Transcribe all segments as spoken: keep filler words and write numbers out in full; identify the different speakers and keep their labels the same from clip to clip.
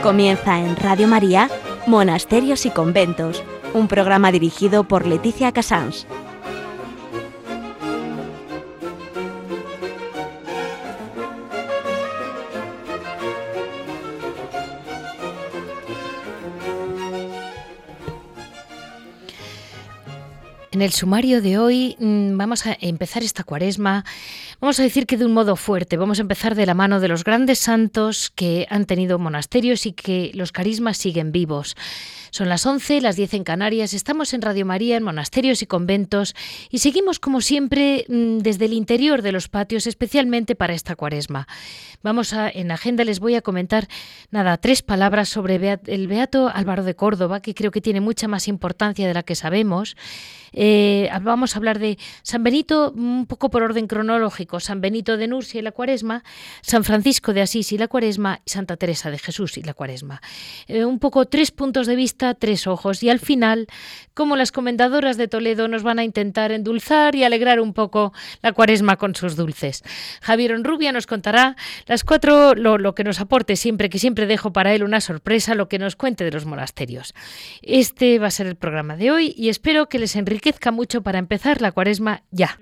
Speaker 1: Comienza en Radio María, Monasterios y Conventos, un programa dirigido por Leticia Casans.
Speaker 2: En el sumario de hoy mmm, vamos a empezar esta cuaresma, vamos a decir que de un modo fuerte, vamos a empezar de la mano de los grandes santos que han tenido monasterios y que los carismas siguen vivos. Son las once, las diez en Canarias, estamos en Radio María, en Monasterios y Conventos, y seguimos como siempre mmm, desde el interior de los patios, especialmente para esta cuaresma. Vamos a, en la agenda les voy a comentar, nada, tres palabras sobre Beat, el Beato Álvaro de Córdoba, que creo que tiene mucha más importancia de la que sabemos. Eh, vamos a hablar de San Benito, un poco por orden cronológico, San Benito de Nursia y la Cuaresma, San Francisco de Asís y la Cuaresma, y Santa Teresa de Jesús y la Cuaresma. Eh, un poco tres puntos de vista, tres ojos, y al final, como las comendadoras de Toledo nos van a intentar endulzar y alegrar un poco la Cuaresma con sus dulces. Javier Onrubia nos contará las cuatro, lo, lo que nos aporte siempre, que siempre dejo para él una sorpresa, lo que nos cuente de los monasterios. Este va a ser el programa de hoy y espero que les enriquezca enriquezca mucho para empezar la cuaresma ya.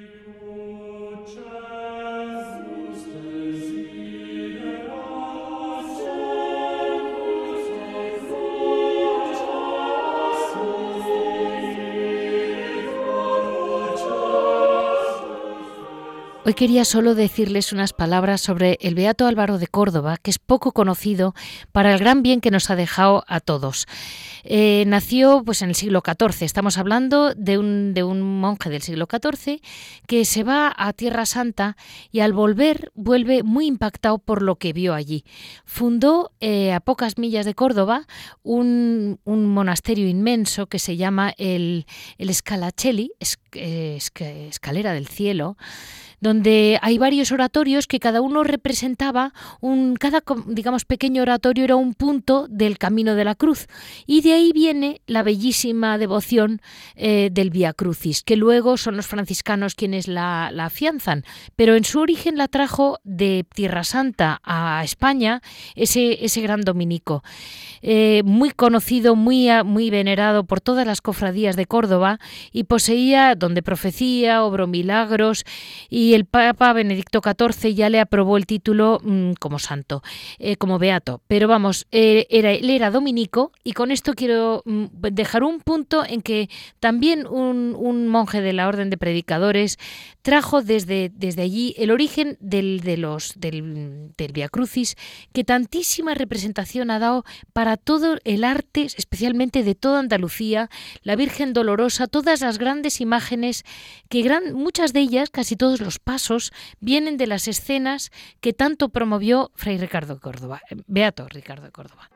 Speaker 2: Hoy quería solo decirles unas palabras sobre el Beato Álvaro de Córdoba, que es poco conocido para el gran bien que nos ha dejado a todos. Eh, nació pues en el siglo catorce, estamos hablando de un, de un monje del siglo catorce que se va a Tierra Santa y al volver vuelve muy impactado por lo que vio allí. Fundó eh, a pocas millas de Córdoba un, un monasterio inmenso que se llama el, el Scalacelli, es, es, Escalera del Cielo, donde hay varios oratorios que cada uno representaba, un cada digamos pequeño oratorio era un punto del Camino de la Cruz, y de ahí viene la bellísima devoción eh, del Vía Crucis, que luego son los franciscanos quienes la, la afianzan, pero en su origen la trajo de Tierra Santa a España ese, ese gran dominico, eh, muy conocido, muy, muy venerado por todas las cofradías de Córdoba, y poseía donde profecía, obró milagros, y Y el Papa Benedicto catorce ya le aprobó el título mmm, como santo, eh, como beato. Pero vamos, eh, era, él era dominico, y con esto quiero mmm, dejar un punto en que también un, un monje de la Orden de Predicadores trajo desde, desde allí el origen del, de los, del, del Vía Crucis, que tantísima representación ha dado para todo el arte, especialmente de toda Andalucía, la Virgen Dolorosa, todas las grandes imágenes, que gran, muchas de ellas, casi todos los pasos, vienen de las escenas que tanto promovió Fray Ricardo de Córdoba, Beato Ricardo de Córdoba.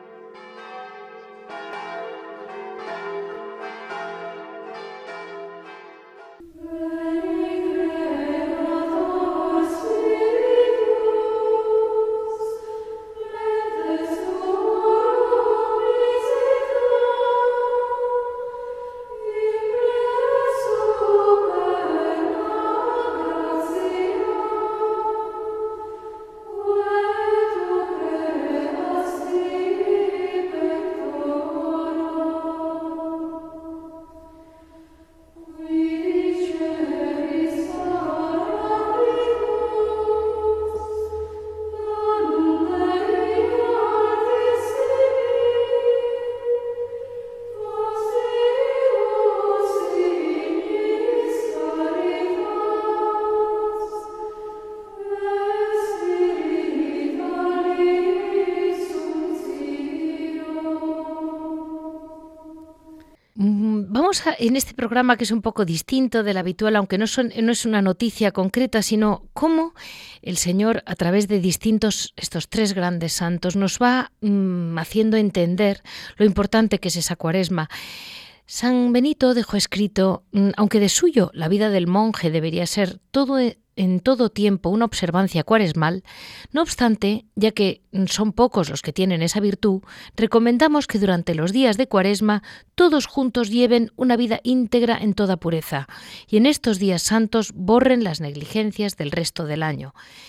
Speaker 2: Vamos a, en este programa, que es un poco distinto del habitual, aunque no, son, no es una noticia concreta, sino cómo el Señor, a través de distintos, estos tres grandes santos, nos va mmm, haciendo entender lo importante que es esa cuaresma. San Benito dejó escrito, aunque de suyo la vida del monje debería ser todo en todo tiempo una observancia cuaresmal, no obstante, ya que son pocos los que tienen esa virtud, recomendamos que durante los días de Cuaresma todos juntos lleven una vida íntegra en toda pureza y en estos días santos borren las negligencias del resto del año.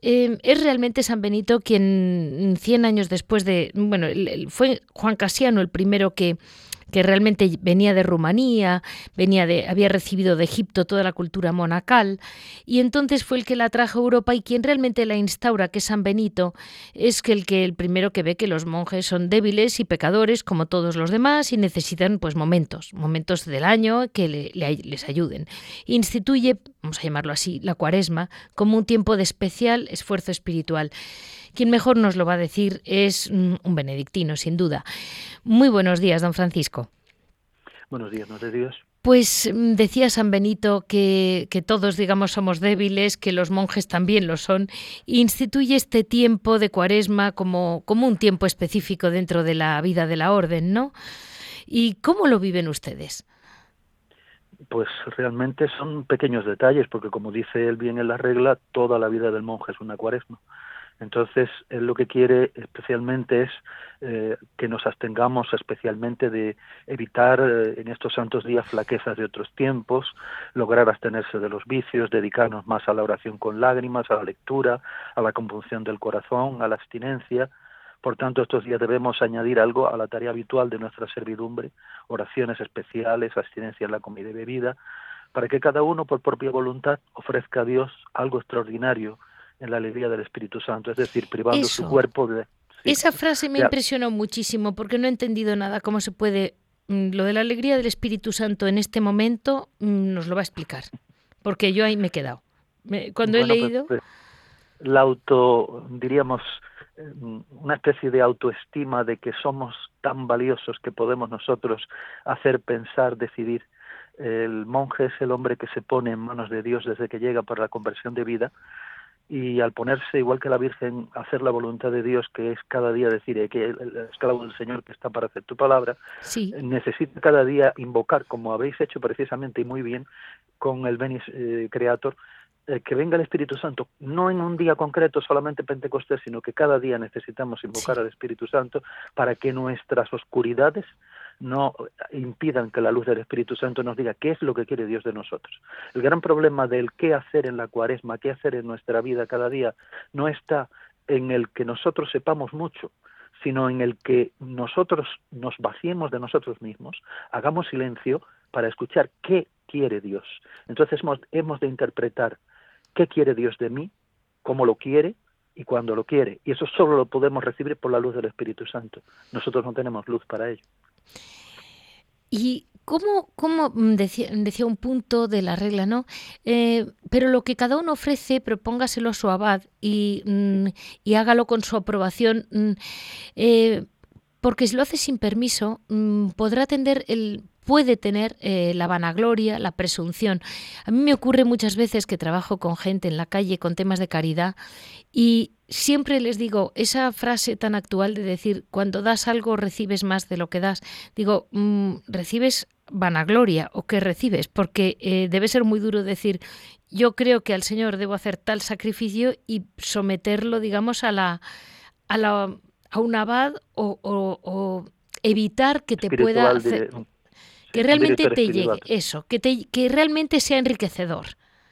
Speaker 2: eh, es realmente San Benito quien cien años después de, bueno, el, el, fue Juan Casiano el primero que que realmente venía de Rumanía, venía de, había recibido de Egipto toda la cultura monacal, y entonces fue el que la trajo a Europa, y quien realmente la instaura, que es San Benito, es que el que el primero que ve que los monjes son débiles y pecadores como todos los demás y necesitan pues momentos, momentos del año que le, le, les ayuden. Instituye, vamos a llamarlo así, la Cuaresma como un tiempo de especial esfuerzo espiritual. Quien mejor nos lo va a decir es un benedictino, sin duda. Muy buenos días, don Francisco.
Speaker 3: Buenos días, no de Dios.
Speaker 2: Pues decía San Benito que, que todos, digamos, somos débiles, que los monjes también lo son, e instituye este tiempo de Cuaresma como, como un tiempo específico dentro de la vida de la orden, ¿no? ¿Y cómo lo viven ustedes?
Speaker 3: Pues realmente son pequeños detalles, porque como dice él bien en la regla, toda la vida del monje es una Cuaresma. Entonces, él lo que quiere especialmente es eh, que nos abstengamos especialmente de evitar eh, en estos santos días flaquezas de otros tiempos, lograr abstenerse de los vicios, dedicarnos más a la oración con lágrimas, a la lectura, a la compunción del corazón, a la abstinencia. Por tanto, estos días debemos añadir algo a la tarea habitual de nuestra servidumbre, oraciones especiales, abstinencia en la comida y bebida, para que cada uno por propia voluntad ofrezca a Dios algo extraordinario en la alegría del Espíritu Santo, es decir, privando
Speaker 2: Eso.
Speaker 3: su cuerpo de... Sí,
Speaker 2: Esa frase me
Speaker 3: ya.
Speaker 2: impresionó muchísimo porque no he entendido nada. ¿Cómo se puede...? Lo de la alegría del Espíritu Santo en este momento nos lo va a explicar, porque yo ahí me he quedado. Me, cuando
Speaker 3: Bueno,
Speaker 2: he leído...
Speaker 3: Pues, pues, la auto, diríamos, una especie de autoestima de que somos tan valiosos que podemos nosotros hacer, pensar, decidir. El monje es el hombre que se pone en manos de Dios desde que llega para la conversión de vida, y al ponerse, igual que la Virgen, a hacer la voluntad de Dios, que es cada día decir eh, que el esclavo del Señor que está para hacer tu palabra,
Speaker 2: sí.
Speaker 3: necesita cada día invocar, como habéis hecho precisamente y muy bien con el Veni eh, Creator, eh, que venga el Espíritu Santo, no en un día concreto, solamente Pentecostés, sino que cada día necesitamos invocar
Speaker 2: Sí.
Speaker 3: al Espíritu Santo para que nuestras oscuridades no impidan que la luz del Espíritu Santo nos diga qué es lo que quiere Dios de nosotros. El gran problema del qué hacer en la Cuaresma, qué hacer en nuestra vida cada día, no está en el que nosotros sepamos mucho, sino en el que nosotros nos vaciemos de nosotros mismos, hagamos silencio para escuchar qué quiere Dios. Entonces hemos, hemos de interpretar qué quiere Dios de mí, cómo lo quiere y cuándo lo quiere. Y eso solo lo podemos recibir por la luz del Espíritu Santo. Nosotros no tenemos luz para ello.
Speaker 2: ¿Y cómo, cómo decía, decía un punto de la regla, ¿no? Eh, pero lo que cada uno ofrece, propóngaselo a su abad y, mm, y hágalo con su aprobación, mm, eh, porque si lo hace sin permiso, mm, podrá tender el... puede tener eh, la vanagloria, la presunción. A mí me ocurre muchas veces que trabajo con gente en la calle con temas de caridad y siempre les digo esa frase tan actual de decir cuando das algo recibes más de lo que das. Digo, mmm, recibes vanagloria o ¿qué recibes? Porque eh, debe ser muy duro decir yo creo que al Señor debo hacer tal sacrificio y someterlo, digamos, a la a la a un abad o, o, o evitar que te pueda hacer...
Speaker 3: De...
Speaker 2: Que
Speaker 3: sí,
Speaker 2: realmente te
Speaker 3: espiritual.
Speaker 2: llegue, eso, que, te, que realmente sea enriquecedor.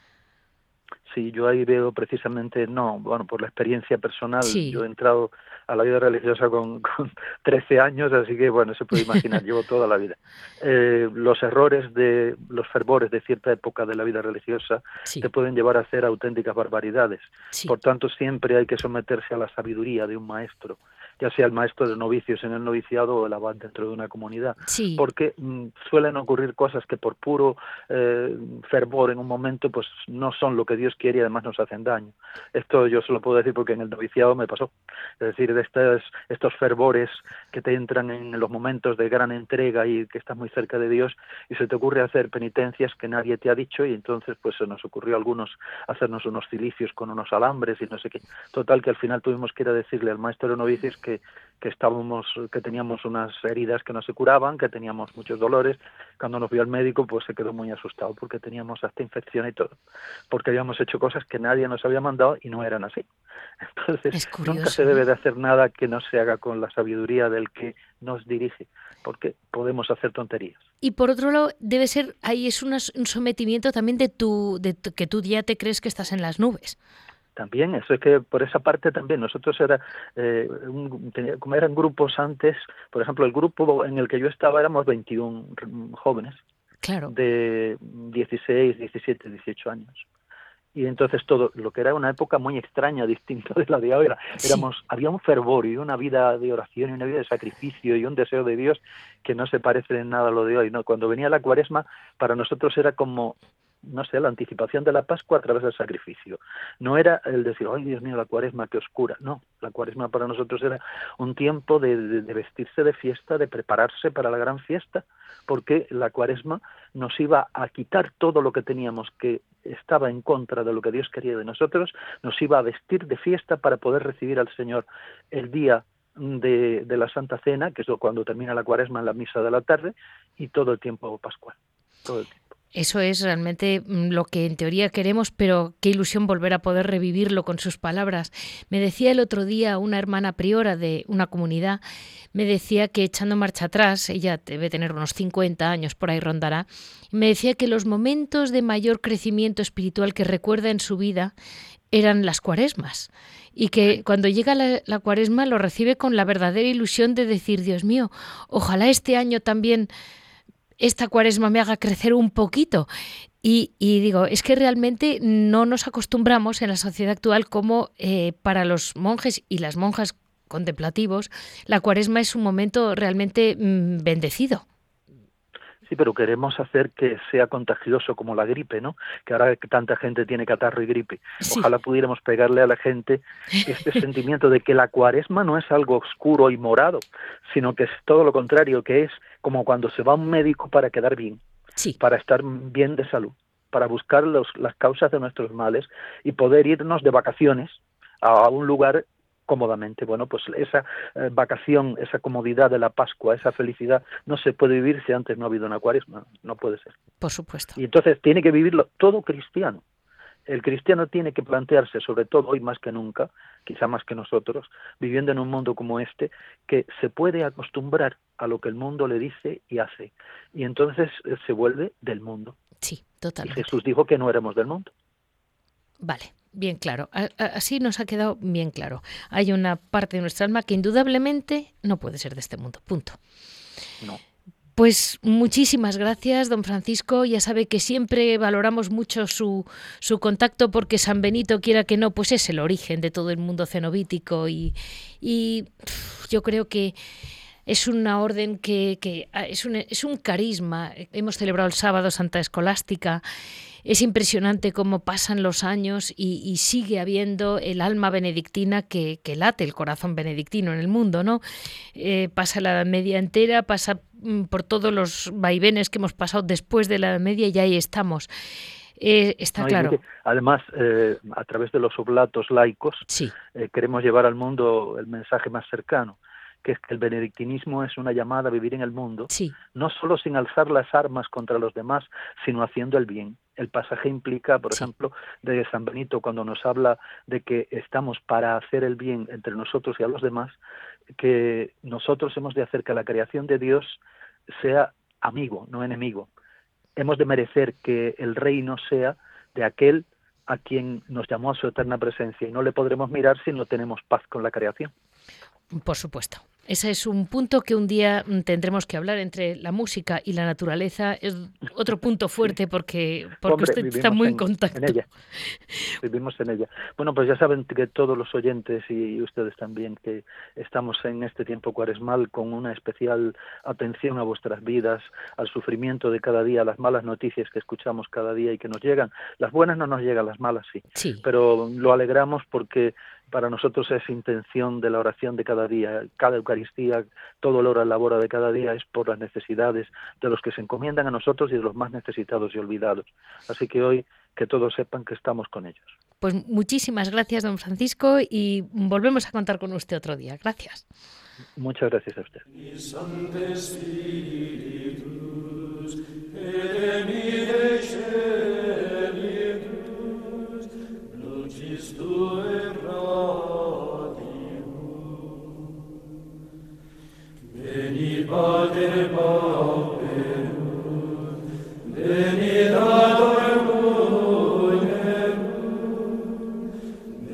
Speaker 3: Sí, yo ahí veo precisamente, no, bueno, por la experiencia personal,
Speaker 2: Sí.
Speaker 3: yo he entrado a la vida religiosa con, con trece años, así que, bueno, se puede imaginar, llevo toda la vida. Eh, los errores de, los fervores de cierta época de la vida religiosa
Speaker 2: Sí.
Speaker 3: te pueden llevar a hacer auténticas barbaridades.
Speaker 2: Sí.
Speaker 3: Por tanto, siempre hay que someterse a la sabiduría de un maestro, ya sea el maestro de novicios en el noviciado o el abad dentro de una comunidad,
Speaker 2: Sí.
Speaker 3: porque mmm, suelen ocurrir cosas que por puro eh, fervor en un momento pues no son lo que Dios quiere y además nos hacen daño. Esto yo se lo puedo decir porque en el noviciado me pasó, es decir, de estos, estos fervores que te entran en los momentos de gran entrega y que estás muy cerca de Dios y se te ocurre hacer penitencias que nadie te ha dicho y entonces pues se nos ocurrió a algunos hacernos unos cilicios con unos alambres y no sé qué. Total que al final tuvimos que ir a decirle al maestro de novicios que que estábamos, que teníamos unas heridas que no se curaban, que teníamos muchos dolores. Cuando nos vio el médico, pues se quedó muy asustado porque teníamos hasta infección y todo, porque habíamos hecho cosas que nadie nos había mandado y no eran así. Entonces,
Speaker 2: curioso,
Speaker 3: nunca se debe de hacer nada que no se haga con la sabiduría del que nos dirige, porque podemos hacer tonterías.
Speaker 2: Y por otro lado, debe ser, ahí es una, un sometimiento también de tu, de tu, que tú ya te crees que estás en las nubes.
Speaker 3: También, eso es que por esa parte también, nosotros era, eh, un, tenía, como eran grupos antes, por ejemplo, el grupo en el que yo estaba éramos veintiún jóvenes,
Speaker 2: claro,
Speaker 3: de dieciséis, diecisiete, dieciocho años. Y entonces todo, lo que era una época muy extraña, distinta de la de ahora, éramos, sí. Había un fervor y una vida de oración y una vida de sacrificio y un deseo de Dios que no se parece en nada a lo de hoy, ¿no? Cuando venía la Cuaresma, para nosotros era como, no sé, la anticipación de la Pascua a través del sacrificio. No era el decir, ay Dios mío, la Cuaresma, qué oscura. No, la Cuaresma para nosotros era un tiempo de, de, de vestirse de fiesta, de prepararse para la gran fiesta, porque la Cuaresma nos iba a quitar todo lo que teníamos que estaba en contra de lo que Dios quería de nosotros, nos iba a vestir de fiesta para poder recibir al Señor el día de, de la Santa Cena, que es cuando termina la Cuaresma en la misa de la tarde, y todo el tiempo pascual, todo el tiempo.
Speaker 2: Eso es realmente lo que en teoría queremos, pero qué ilusión volver a poder revivirlo con sus palabras. Me decía el otro día una hermana priora de una comunidad, me decía que echando marcha atrás, ella debe tener unos cincuenta años, por ahí rondará, y me decía que los momentos de mayor crecimiento espiritual que recuerda en su vida eran las cuaresmas, y que cuando llega la, la cuaresma lo recibe con la verdadera ilusión de decir, Dios mío, ojalá este año también esta Cuaresma me haga crecer un poquito. Y, y digo, es que realmente no nos acostumbramos en la sociedad actual como eh, para los monjes y las monjas contemplativos, la Cuaresma es un momento realmente mmm, bendecido.
Speaker 3: Sí, pero queremos hacer que sea contagioso como la gripe, ¿no? Que ahora tanta gente tiene catarro y gripe.
Speaker 2: Sí.
Speaker 3: Ojalá pudiéramos pegarle a la gente este sentimiento de que la Cuaresma no es algo oscuro y morado, sino que es todo lo contrario, que es como cuando se va a un médico para quedar bien,
Speaker 2: sí.
Speaker 3: para estar bien de salud, para buscar los, las causas de nuestros males y poder irnos de vacaciones a un lugar cómodamente. Bueno, pues esa eh, vacación, esa comodidad de la Pascua, esa felicidad, no se puede vivir si antes no ha habido una Cuaresma, no puede ser.
Speaker 2: Por supuesto.
Speaker 3: Y entonces tiene que vivirlo todo cristiano. El cristiano tiene que plantearse, sobre todo hoy más que nunca, quizá más que nosotros, viviendo en un mundo como este, que se puede acostumbrar a lo que el mundo le dice y hace. Y entonces eh, se vuelve del mundo.
Speaker 2: Sí, totalmente.
Speaker 3: Y Jesús dijo que no éramos del mundo.
Speaker 2: Vale. Bien claro, así nos ha quedado bien claro. Hay una parte de nuestra alma que indudablemente no puede ser de este mundo, punto.
Speaker 3: No.
Speaker 2: Pues muchísimas gracias, don Francisco. Ya sabe que siempre valoramos mucho su, su contacto porque San Benito, quiera que no, pues es el origen de todo el mundo cenobítico y, y yo creo que es una orden que, que es, un, es un carisma. Hemos celebrado el sábado Santa Escolástica. Es impresionante cómo pasan los años y, y sigue habiendo el alma benedictina que, que late el corazón benedictino en el mundo, ¿no? Eh, pasa la Edad Media entera, pasa mm, por todos los vaivenes que hemos pasado después de la Edad Media y ahí estamos. Eh, está
Speaker 3: no,
Speaker 2: claro.
Speaker 3: Que, además, eh, a través de los oblatos laicos,
Speaker 2: sí.
Speaker 3: eh, queremos llevar al mundo el mensaje más cercano, que es que el benedictinismo es una llamada a vivir en el mundo,
Speaker 2: sí.
Speaker 3: no solo sin alzar las armas contra los demás, sino haciendo el bien. El pasaje implica, por sí. ejemplo, de San Benito, cuando nos habla de que estamos para hacer el bien entre nosotros y a los demás, que nosotros hemos de hacer que la creación de Dios sea amigo, no enemigo. Hemos de merecer que el reino sea de aquel a quien nos llamó a su eterna presencia, y no le podremos mirar si no tenemos paz con la creación.
Speaker 2: Por supuesto. Ese es un punto que un día tendremos que hablar entre la música y la naturaleza. Es otro punto fuerte porque, porque
Speaker 3: Hombre,
Speaker 2: usted está muy en, en contacto.
Speaker 3: En ella. Vivimos en ella. Bueno, pues ya saben que todos los oyentes y ustedes también, que estamos en este tiempo cuaresmal con una especial atención a vuestras vidas, al sufrimiento de cada día, a las malas noticias que escuchamos cada día y que nos llegan. Las buenas no nos llegan, las malas sí.
Speaker 2: sí.
Speaker 3: Pero lo alegramos porque para nosotros es intención de la oración de cada día. Cada Eucaristía, todo el hora labora de cada día es por las necesidades de los que se encomiendan a nosotros y de los más necesitados y olvidados. Así que hoy que todos sepan que estamos con ellos.
Speaker 2: Pues muchísimas gracias, don Francisco, y volvemos a contar con usted otro día. Gracias.
Speaker 3: Muchas gracias a usted.
Speaker 4: Venid Pater Pauperum, venid Adornum,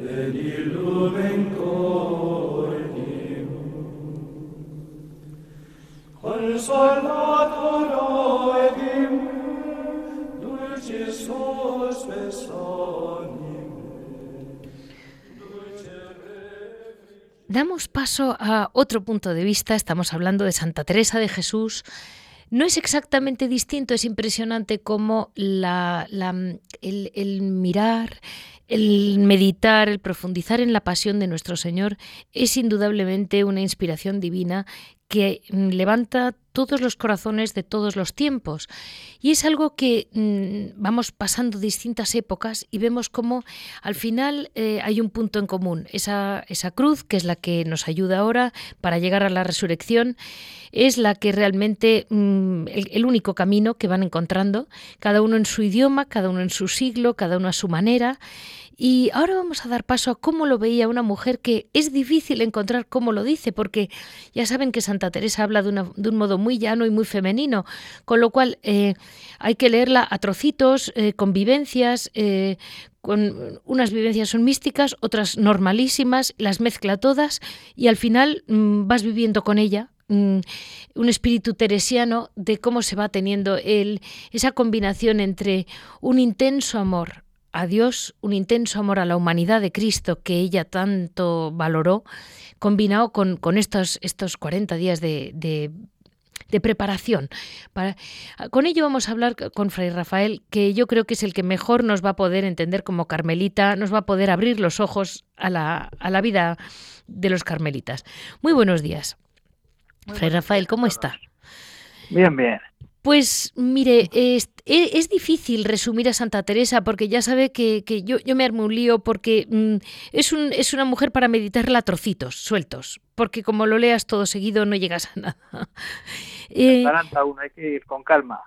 Speaker 2: damos paso a otro punto de vista. Estamos hablando de Santa Teresa de Jesús. No es exactamente distinto, es impresionante cómo la, la, el, el mirar, el meditar, el profundizar en la pasión de nuestro Señor es indudablemente una inspiración divina que levanta todos los corazones de todos los tiempos. Y es algo que mmm, vamos pasando distintas épocas y vemos cómo al final eh, hay un punto en común. Esa, esa cruz, que es la que nos ayuda ahora para llegar a la resurrección, es la que realmente mmm, el, el único camino que van encontrando, cada uno en su idioma, cada uno en su siglo, cada uno a su manera. Y ahora vamos a dar paso a cómo lo veía una mujer que es difícil encontrar cómo lo dice, porque ya saben que Santa Teresa habla de, una, de un modo muy llano y muy femenino, con lo cual eh, hay que leerla a trocitos, eh, con vivencias, eh, con unas vivencias son místicas, otras normalísimas, las mezcla todas y al final mmm, vas viviendo con ella mmm, un espíritu teresiano de cómo se va teniendo el, esa combinación entre un intenso amor a Dios, un intenso amor a la humanidad de Cristo que ella tanto valoró, combinado con, con estos, estos cuarenta días de, de, de preparación. Para, con ello vamos a hablar con Fray Rafael, que yo creo que es el que mejor nos va a poder entender como carmelita, nos va a poder abrir los ojos a la, a la vida de los carmelitas. Muy buenos días. Muy Fray Rafael, ¿cómo está?
Speaker 5: Bien, bien.
Speaker 2: Pues mire, es, es difícil resumir a Santa Teresa porque ya sabe que, que yo, yo me armo un lío porque mm, es, un, es una mujer para meditarla a trocitos, sueltos, porque como lo leas todo seguido no llegas a nada.
Speaker 5: Eh, uno, hay que ir con calma.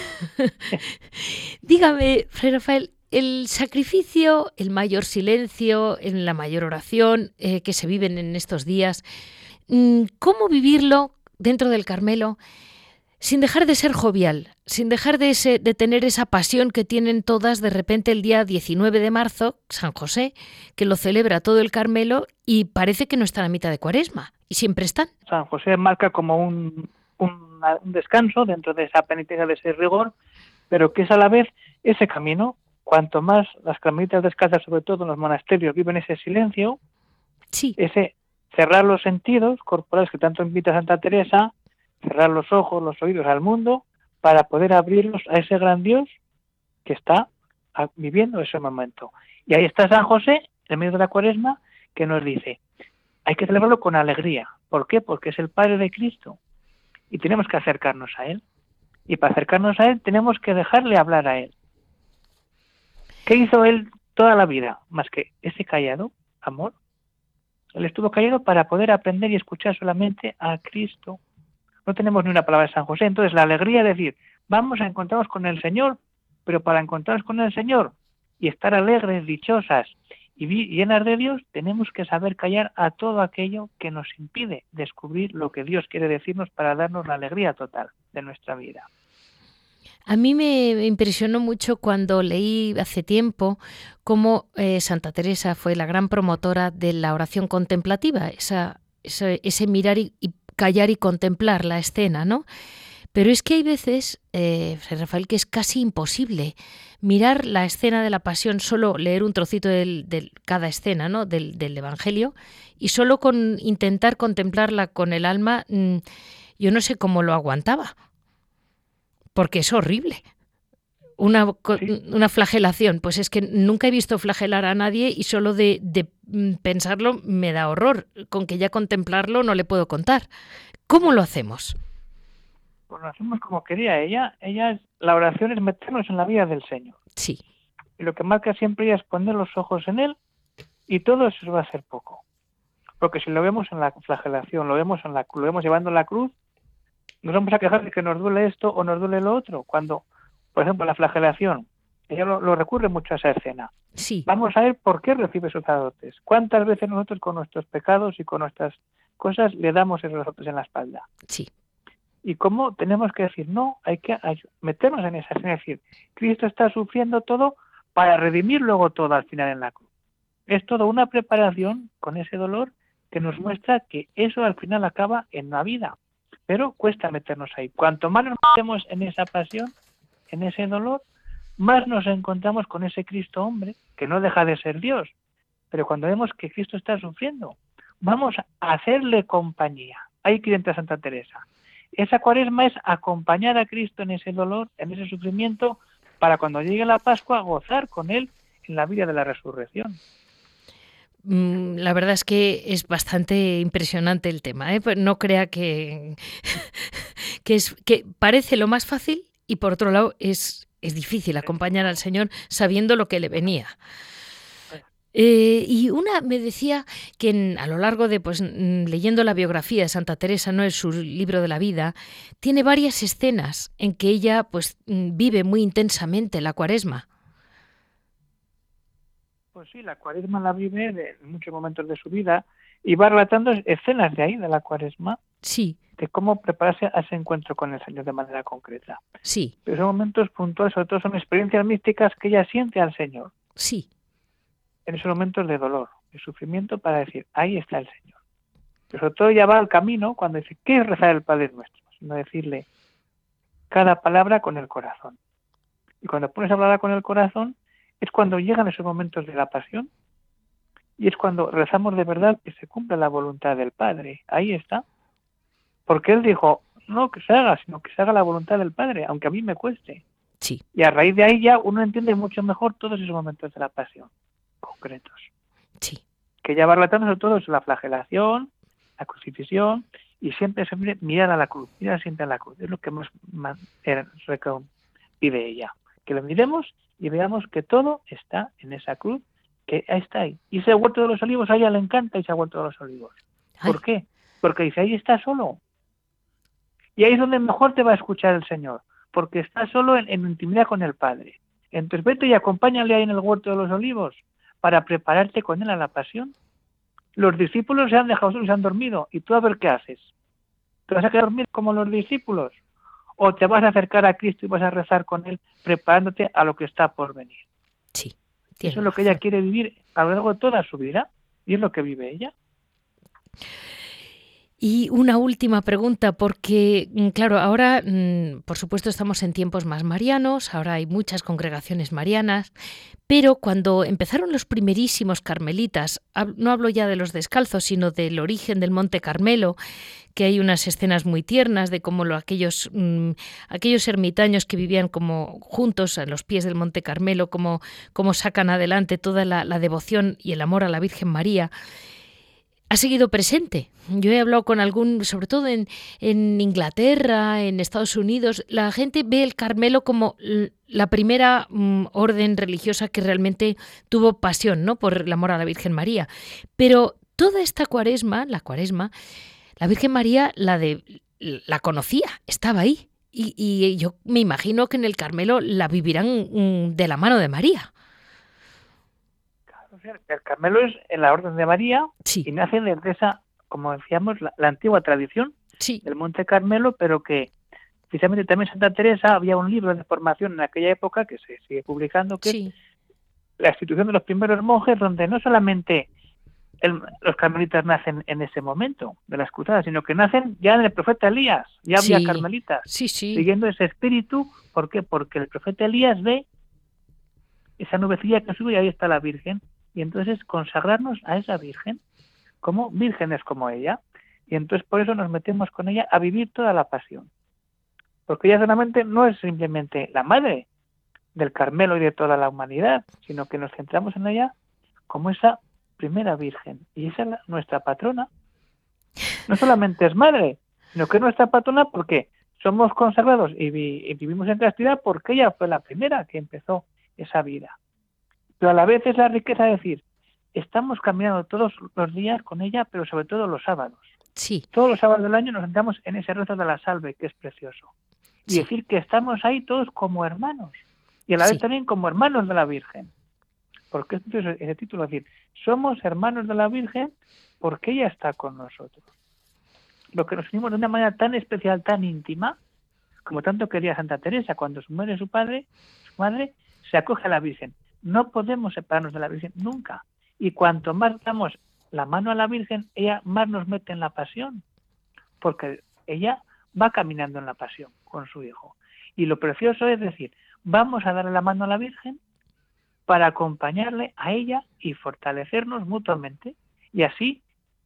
Speaker 2: Dígame, Fray Rafael, el sacrificio, el mayor silencio, en la mayor oración eh, que se viven en estos días, ¿cómo vivirlo dentro del Carmelo? Sin dejar de ser jovial, sin dejar de, ese, de tener esa pasión que tienen todas de repente el día diecinueve de marzo, San José, que lo celebra todo el Carmelo y parece que no está a la mitad de Cuaresma, y siempre están.
Speaker 5: San José marca como un, un, un descanso dentro de esa penitencia, de ese rigor, pero que es a la vez ese camino. Cuanto más las carmelitas descalzas, sobre todo en los monasterios, viven ese silencio,
Speaker 2: sí.
Speaker 5: ese cerrar los sentidos corporales que tanto invita Santa Teresa, cerrar los ojos, los oídos al mundo para poder abrirlos a ese gran Dios que está viviendo ese momento. Y ahí está San José, en medio de la Cuaresma, que nos dice, hay que celebrarlo con alegría. ¿Por qué? Porque es el Padre de Cristo y tenemos que acercarnos a Él. Y para acercarnos a Él tenemos que dejarle hablar a Él. ¿Qué hizo Él toda la vida? Más que ese callado amor. Él estuvo callado para poder aprender y escuchar solamente a Cristo. No tenemos ni una palabra de San José. Entonces la alegría es decir, vamos a encontrarnos con el Señor, pero para encontrarnos con el Señor y estar alegres, dichosas y llenas de Dios, tenemos que saber callar a todo aquello que nos impide descubrir lo que Dios quiere decirnos para darnos la alegría total de nuestra vida.
Speaker 2: A mí me impresionó mucho cuando leí hace tiempo cómo eh, Santa Teresa fue la gran promotora de la oración contemplativa, esa, ese, ese mirar y, y callar y contemplar la escena, ¿no? Pero es que hay veces, eh, Fray Rafael, que es casi imposible mirar la escena de la Pasión, solo leer un trocito de del, cada escena, ¿no? del, del Evangelio, y solo con intentar contemplarla con el alma, mmm, yo no sé cómo lo aguantaba, porque es horrible. Una,
Speaker 5: Sí.
Speaker 2: una flagelación, pues es que nunca he visto flagelar a nadie y solo de, de pensarlo me da horror, con que ya contemplarlo no le puedo contar. ¿Cómo lo hacemos?
Speaker 5: Pues lo hacemos como quería ella. Ella es, la oración es meternos en la vida del Señor.
Speaker 2: Sí.
Speaker 5: Y lo que marca siempre ella es poner los ojos en Él y todo eso va a ser poco. Porque si lo vemos en la flagelación, lo vemos en la lo vemos llevando la cruz, nos vamos a quejar de que nos duele esto o nos duele lo otro. Cuando, por ejemplo, la flagelación, ella lo, lo recurre mucho a esa escena.
Speaker 2: Sí.
Speaker 5: Vamos a ver por qué recibe esos azotes. ¿Cuántas veces nosotros con nuestros pecados y con nuestras cosas le damos esos azotes en la espalda?
Speaker 2: Sí.
Speaker 5: Y cómo tenemos que decir, no, hay que meternos en esa escena, es decir, Cristo está sufriendo todo para redimir luego todo al final en la cruz. Es toda una preparación con ese dolor que nos muestra que eso al final acaba en la vida. Pero cuesta meternos ahí. Cuanto más nos metemos en esa pasión, en ese dolor, más nos encontramos con ese Cristo hombre, que no deja de ser Dios. Pero cuando vemos que Cristo está sufriendo, vamos a hacerle compañía. Ahí quiere entrar Santa Teresa. Esa cuaresma es acompañar a Cristo en ese dolor, en ese sufrimiento, para cuando llegue la Pascua gozar con Él en la vida de la resurrección.
Speaker 2: La verdad es que es bastante impresionante el tema, ¿eh? No crea que, que, es, que parece lo más fácil y por otro lado es, es difícil acompañar al Señor sabiendo lo que le venía. Eh, y una me decía que en, a lo largo de, pues leyendo la biografía de Santa Teresa, no es su libro de la vida, tiene varias escenas en que ella pues vive muy intensamente la cuaresma.
Speaker 5: Pues sí, la cuaresma la vive de, en muchos momentos de su vida y va relatando escenas de ahí, de la cuaresma,
Speaker 2: sí,
Speaker 5: de cómo prepararse a ese encuentro con el Señor de manera concreta.
Speaker 2: Sí.
Speaker 5: Pero son momentos puntuales, sobre todo son experiencias místicas que ella siente al Señor.
Speaker 2: Sí.
Speaker 5: En esos momentos de dolor, de sufrimiento, para decir, ahí está el Señor. Pero sobre todo ella va al camino cuando dice, ¿qué es rezar el Padre Nuestro? Sino decirle cada palabra con el corazón. Y cuando pones a hablar con el corazón, es cuando llegan esos momentos de la pasión y es cuando rezamos de verdad que se cumpla la voluntad del Padre. Ahí está. Porque Él dijo, no que se haga, sino que se haga la voluntad del Padre, aunque a mí me cueste.
Speaker 2: Sí.
Speaker 5: Y a raíz de ahí ya uno entiende mucho mejor todos esos momentos de la pasión concretos.
Speaker 2: Sí.
Speaker 5: Que ya va relatando sobre todo eso, la flagelación, la crucifixión y siempre, siempre mirar a la cruz, mirar siempre a la cruz. Es lo que más, más pide ella. Que lo miremos y veamos que todo está en esa cruz, que ahí está ahí. Y ese huerto de los olivos, a ella le encanta ese huerto de los olivos. ¿Por
Speaker 2: Ay.
Speaker 5: qué? Porque dice, ahí está solo. Y ahí es donde mejor te va a escuchar el Señor, porque está solo en, en intimidad con el Padre. Entonces vete y acompáñale ahí en el huerto de los olivos para prepararte con Él a la pasión. Los discípulos se han dejado solos y se han dormido. ¿Y tú a ver qué haces? ¿Te vas a quedar dormido como los discípulos? ¿O te vas a acercar a Cristo y vas a rezar con Él preparándote a lo que está por venir?
Speaker 2: Sí.
Speaker 5: Eso es lo que ella quiere vivir a lo largo de toda su vida y es lo que vive ella.
Speaker 2: Y una última pregunta, porque, claro, ahora, por supuesto, estamos en tiempos más marianos, ahora hay muchas congregaciones marianas, pero cuando empezaron los primerísimos carmelitas, no hablo ya de los descalzos, sino del origen del Monte Carmelo, que hay unas escenas muy tiernas de cómo lo, aquellos, mmm, aquellos ermitaños que vivían como juntos a los pies del Monte Carmelo, cómo, cómo sacan adelante toda la, la devoción y el amor a la Virgen María, ha seguido presente. Yo he hablado con algún, sobre todo en, en Inglaterra, en Estados Unidos, la gente ve el Carmelo como la primera um, orden religiosa que realmente tuvo pasión, ¿no?, por el amor a la Virgen María. Pero toda esta cuaresma, la cuaresma, la Virgen María la, de, la conocía, estaba ahí. Y, y yo me imagino que en el Carmelo la vivirán um, de la mano de María.
Speaker 5: El Carmelo es en la Orden de María,
Speaker 2: sí.
Speaker 5: Y nace desde esa, como decíamos, la, la antigua tradición
Speaker 2: sí.
Speaker 5: del Monte Carmelo, pero que precisamente también Santa Teresa había un libro de formación en aquella época que se sigue publicando, que
Speaker 2: sí.
Speaker 5: es la institución de los primeros monjes, donde no solamente el, los carmelitas nacen en ese momento de las cruzadas, sino que nacen ya en el profeta Elías, ya había
Speaker 2: sí.
Speaker 5: carmelitas,
Speaker 2: sí, sí.
Speaker 5: siguiendo ese espíritu. ¿Por qué? Porque el profeta Elías ve esa nubecilla que sube y ahí está la Virgen. Y entonces consagrarnos a esa Virgen como vírgenes como ella. Y entonces por eso nos metemos con ella a vivir toda la pasión. Porque ella solamente no es simplemente la madre del Carmelo y de toda la humanidad, sino que nos centramos en ella como esa primera Virgen. Y esa es la, nuestra patrona. No solamente es madre, sino que es nuestra patrona porque somos consagrados y, vi, y vivimos en castidad porque ella fue la primera que empezó esa vida. Pero a la vez es la riqueza de decir, estamos caminando todos los días con ella, pero sobre todo los sábados.
Speaker 2: Sí.
Speaker 5: Todos los sábados del año nos sentamos en ese rezo de la salve, que es precioso. Y sí. decir que estamos ahí todos como hermanos. Y a la sí. vez también como hermanos de la Virgen. Porque es ese título, es decir, somos hermanos de la Virgen porque ella está con nosotros. Lo que nos unimos de una manera tan especial, tan íntima, como tanto quería Santa Teresa, cuando se muere su padre, su madre, se acoge a la Virgen. No podemos separarnos de la Virgen nunca. Y cuanto más damos la mano a la Virgen, ella más nos mete en la pasión. Porque ella va caminando en la pasión con su hijo. Y lo precioso es decir, vamos a darle la mano a la Virgen para acompañarle a ella y fortalecernos mutuamente. Y así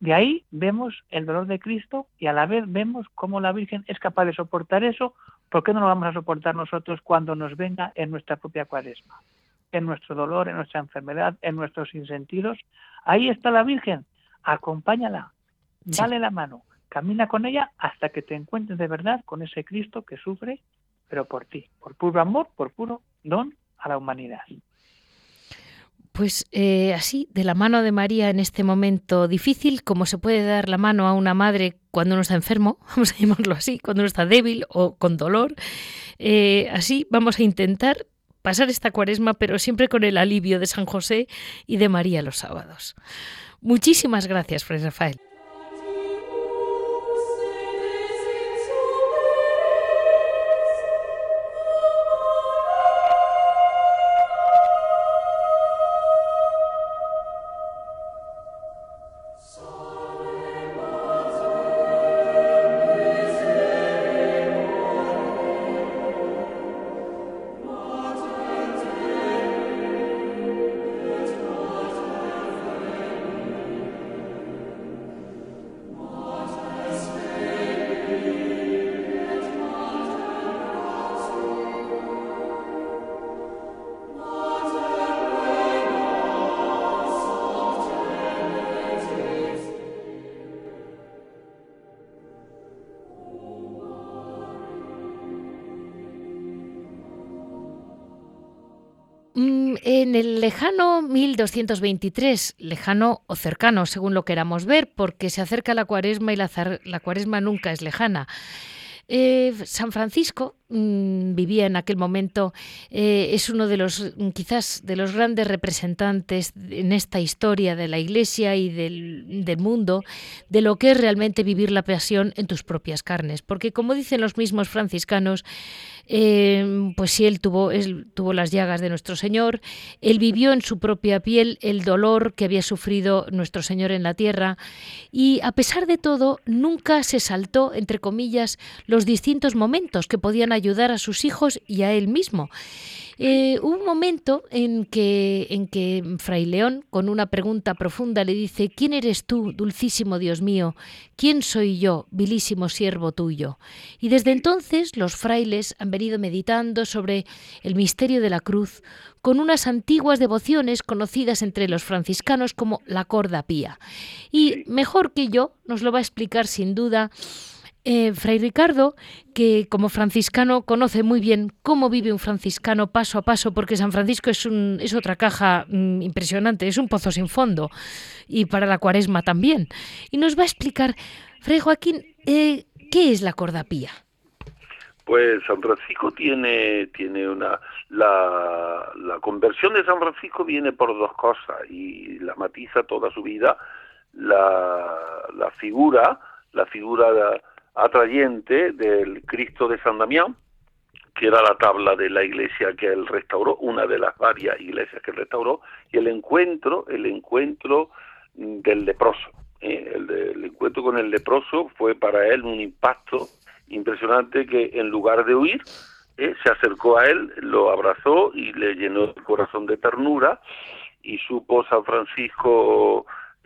Speaker 5: De ahí vemos el dolor de Cristo y a la vez vemos cómo la Virgen es capaz de soportar eso. ¿Por qué no lo vamos a soportar nosotros cuando nos venga en nuestra propia Cuaresma? En nuestro dolor, en nuestra enfermedad, en nuestros sinsentidos. Ahí está la Virgen. Acompáñala, dale la mano, camina con ella hasta que te encuentres de verdad con ese Cristo que sufre, pero por ti, por puro amor, por puro don a la humanidad.
Speaker 2: Pues eh, así, de la mano de María en este momento difícil, como se puede dar la mano a una madre cuando uno está enfermo, vamos a llamarlo así, cuando uno está débil o con dolor, eh, así vamos a intentar pasar esta Cuaresma, pero siempre con el alivio de San José y de María los sábados. Muchísimas gracias, Fray Rafael. En el lejano mil doscientos veintitrés, lejano o cercano, según lo queramos ver, porque se acerca la Cuaresma y la, la Cuaresma nunca es lejana. Eh, San Francisco mmm, vivía en aquel momento, eh, es uno de los, quizás, de los grandes representantes en esta historia de la Iglesia y del, del mundo, de lo que es realmente vivir la pasión en tus propias carnes. Porque, como dicen los mismos franciscanos, eh, pues si él tuvo, él tuvo las llagas de nuestro Señor, él vivió en su propia piel el dolor que había sufrido nuestro Señor en la tierra, y a pesar de todo, nunca se saltó, entre comillas, los distintos momentos que podían ayudar a sus hijos y a él mismo. Eh, hubo un momento en que, en que Fray León, con una pregunta profunda, le dice: ¿quién eres tú, dulcísimo Dios mío? ¿Quién soy yo, vilísimo siervo tuyo? Y desde entonces los frailes han venido meditando sobre el misterio de la cruz con unas antiguas devociones conocidas entre los franciscanos como la corda pía. Y mejor que yo nos lo va a explicar sin duda Eh, Fray Ricardo, que como franciscano conoce muy bien cómo vive un franciscano paso a paso, porque San Francisco es, un, es otra caja mmm, impresionante, es un pozo sin fondo, y para la Cuaresma también. Y nos va a explicar, Fray Joaquín, eh, ¿qué es la corda pía?
Speaker 6: Pues San Francisco tiene, tiene una... La, la conversión de San Francisco viene por dos cosas, y la matiza toda su vida, la, la figura, la figura de, atrayente del Cristo de San Damián, que era la tabla de la iglesia que él restauró, una de las varias iglesias que él restauró, y el encuentro, el encuentro del leproso. Eh, el, de, el encuentro con el leproso fue para él un impacto impresionante, que en lugar de huir, eh, se acercó a él, lo abrazó y le llenó el corazón de ternura, y supo San Francisco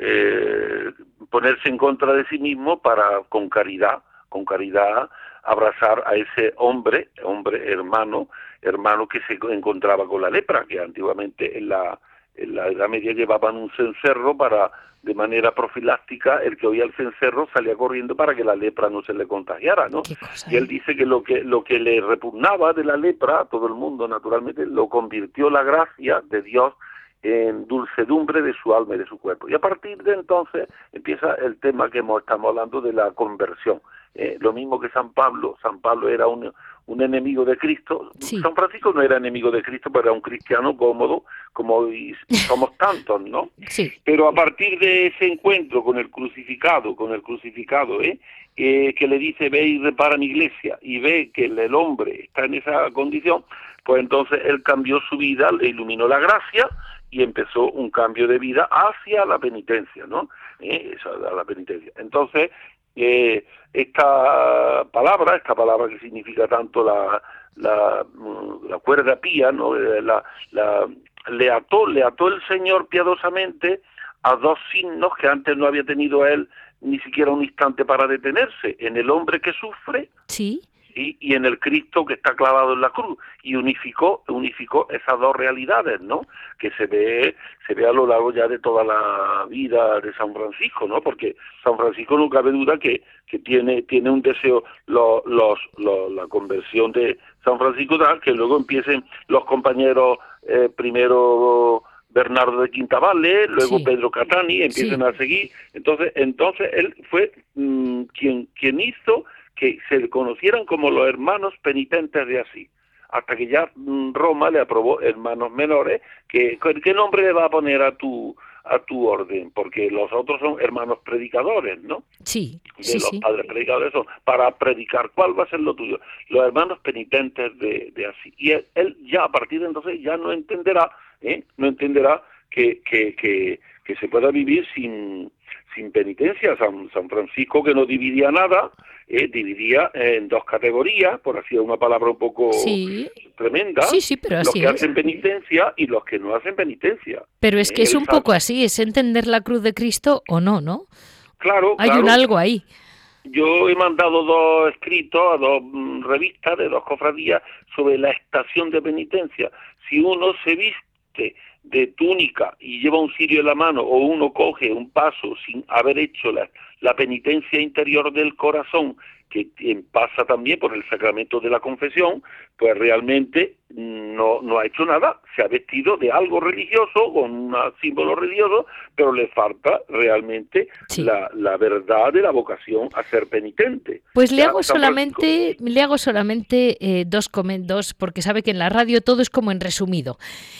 Speaker 6: eh, ponerse en contra de sí mismo para, con caridad, con caridad, abrazar a ese hombre, hombre hermano, hermano que se encontraba con la lepra, que antiguamente en la, en la Edad Media llevaban un cencerro para, de manera profiláctica, el que oía el cencerro salía corriendo para que la lepra no se le contagiara, ¿no? Y él dice que lo que lo que le repugnaba de la lepra a todo el mundo, naturalmente, lo convirtió la gracia de Dios en dulcedumbre de su alma y de su cuerpo. Y a partir de entonces empieza el tema que hemos, estamos hablando de la conversión. Eh, lo mismo que San Pablo, San Pablo era un, un enemigo de Cristo. Sí. San Francisco no era enemigo de Cristo, pero era un cristiano cómodo, como hoy somos tantos, ¿no?
Speaker 2: Sí.
Speaker 6: Pero a partir de ese encuentro con el crucificado, con el crucificado, ¿eh? Eh, que le dice: ve y repara mi iglesia, y ve que el, el hombre está en esa condición, pues entonces él cambió su vida, le iluminó la gracia, y empezó un cambio de vida hacia la penitencia, ¿no? Eh, esa, la penitencia. Entonces, eh, esta palabra, esta palabra que significa tanto la, la, la cuerda pía, ¿no? La, la, le ató, le ató el Señor piadosamente a dos signos que antes no había tenido él ni siquiera un instante para detenerse, en el hombre que sufre,
Speaker 2: sí,
Speaker 6: y, y en el Cristo que está clavado en la cruz, y unificó unificó esas dos realidades, ¿no? Que se ve se ve a lo largo ya de toda la vida de San Francisco, ¿no? Porque San Francisco no cabe duda que que tiene tiene un deseo, lo, los, los la conversión de San Francisco tal, que luego empiecen los compañeros, eh, primero Bernardo de Quintavalle, luego
Speaker 2: sí.
Speaker 6: Pedro Catani, empiezan
Speaker 2: Sí.
Speaker 6: a seguir. Entonces, entonces él fue mmm, quien quien hizo que se conocieran como los hermanos penitentes de Asís, hasta que ya mmm, Roma le aprobó hermanos menores. Que ¿qué nombre le va a poner a tu a tu orden? Porque los otros son hermanos predicadores, ¿no?
Speaker 2: Sí,
Speaker 6: De
Speaker 2: sí,
Speaker 6: los
Speaker 2: sí.
Speaker 6: padres predicadores son para predicar. ¿Cuál va a ser lo tuyo? Los hermanos penitentes de, de Asís. Y él, él ya a partir de entonces ya no entenderá, ¿eh? no entenderá que, que, que, que se pueda vivir sin, sin penitencia. San, San Francisco, que no dividía nada, eh, dividía en dos categorías, por así una palabra un poco
Speaker 2: Sí.
Speaker 6: tremenda,
Speaker 2: Sí, sí, pero
Speaker 6: los
Speaker 2: así
Speaker 6: que
Speaker 2: es.
Speaker 6: hacen penitencia y los que no hacen penitencia.
Speaker 2: Pero es que
Speaker 6: Eh,
Speaker 2: es
Speaker 6: él
Speaker 2: un
Speaker 6: sabe-
Speaker 2: poco así, es entender la cruz de Cristo o no, ¿no?
Speaker 6: Claro,
Speaker 2: Hay
Speaker 6: claro.
Speaker 2: un algo ahí.
Speaker 6: Yo he mandado dos escritos a dos mm, revistas de dos cofradías sobre la estación de penitencia. Si uno se viste de túnica y lleva un cirio en la mano, o uno coge un paso sin haber hecho la, la penitencia interior del corazón, que eh, pasa también por el sacramento de la confesión, pues realmente no, no ha hecho nada. Se ha vestido de algo religioso, con un símbolo religioso, pero le falta realmente
Speaker 2: Sí.
Speaker 6: la, la verdad de la vocación a ser penitente.
Speaker 2: Pues le
Speaker 6: Ya
Speaker 2: hago
Speaker 6: San Francisco-
Speaker 2: solamente, le hago solamente eh, dos comentos, porque sabe que en la radio todo es como en resumido.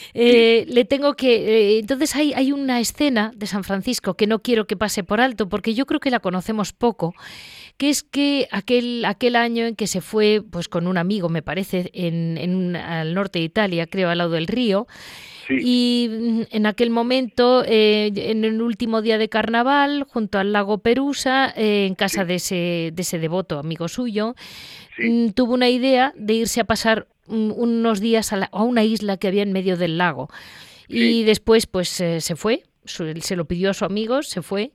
Speaker 2: Eh, Le tengo que, eh, entonces hay, hay una escena de San Francisco que no quiero que pase por alto, porque yo creo que la conocemos poco, que es que aquel aquel año en que se fue, pues con un amigo, me parece, en, en un- al norte de Italia, creo, al lado del río.
Speaker 6: Sí.
Speaker 2: Y mm, en aquel momento, eh, en el último día de carnaval, junto al lago Perusa, eh, en casa
Speaker 6: Sí.
Speaker 2: de ese de ese devoto amigo suyo,
Speaker 6: Sí.
Speaker 2: mm, tuvo una idea de irse a pasar mm, unos días a, la- a una isla que había en medio del lago. Y
Speaker 6: Sí.
Speaker 2: después, pues eh, se fue. su- Se lo pidió a su amigo, se fue.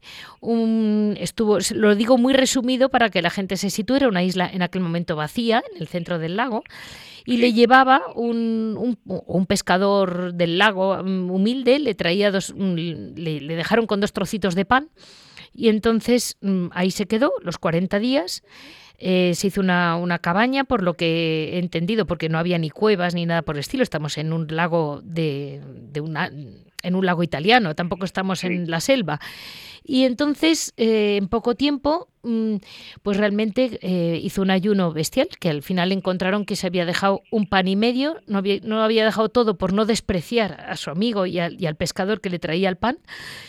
Speaker 2: Un, estuvo, se- lo digo muy resumido para que la gente se sitúe. Era una isla en aquel momento vacía, en el centro del lago. Y le llevaba un, un, un pescador del lago mm, humilde, le traía dos, un- le, le dejaron con dos trocitos de pan, y entonces mm, ahí se quedó los cuarenta días. Eh, se hizo una, una cabaña, por lo que he entendido, porque no había ni cuevas ni nada por el estilo. Estamos en un lago de, de una, en un lago italiano, tampoco estamos
Speaker 6: Sí.
Speaker 2: en la selva. Y entonces, eh, en poco tiempo, mm, pues realmente eh, hizo un ayuno bestial, que al final encontraron que se había dejado un pan y medio, no había, no lo había dejado todo por no despreciar a su amigo y al, y al pescador que le traía el pan,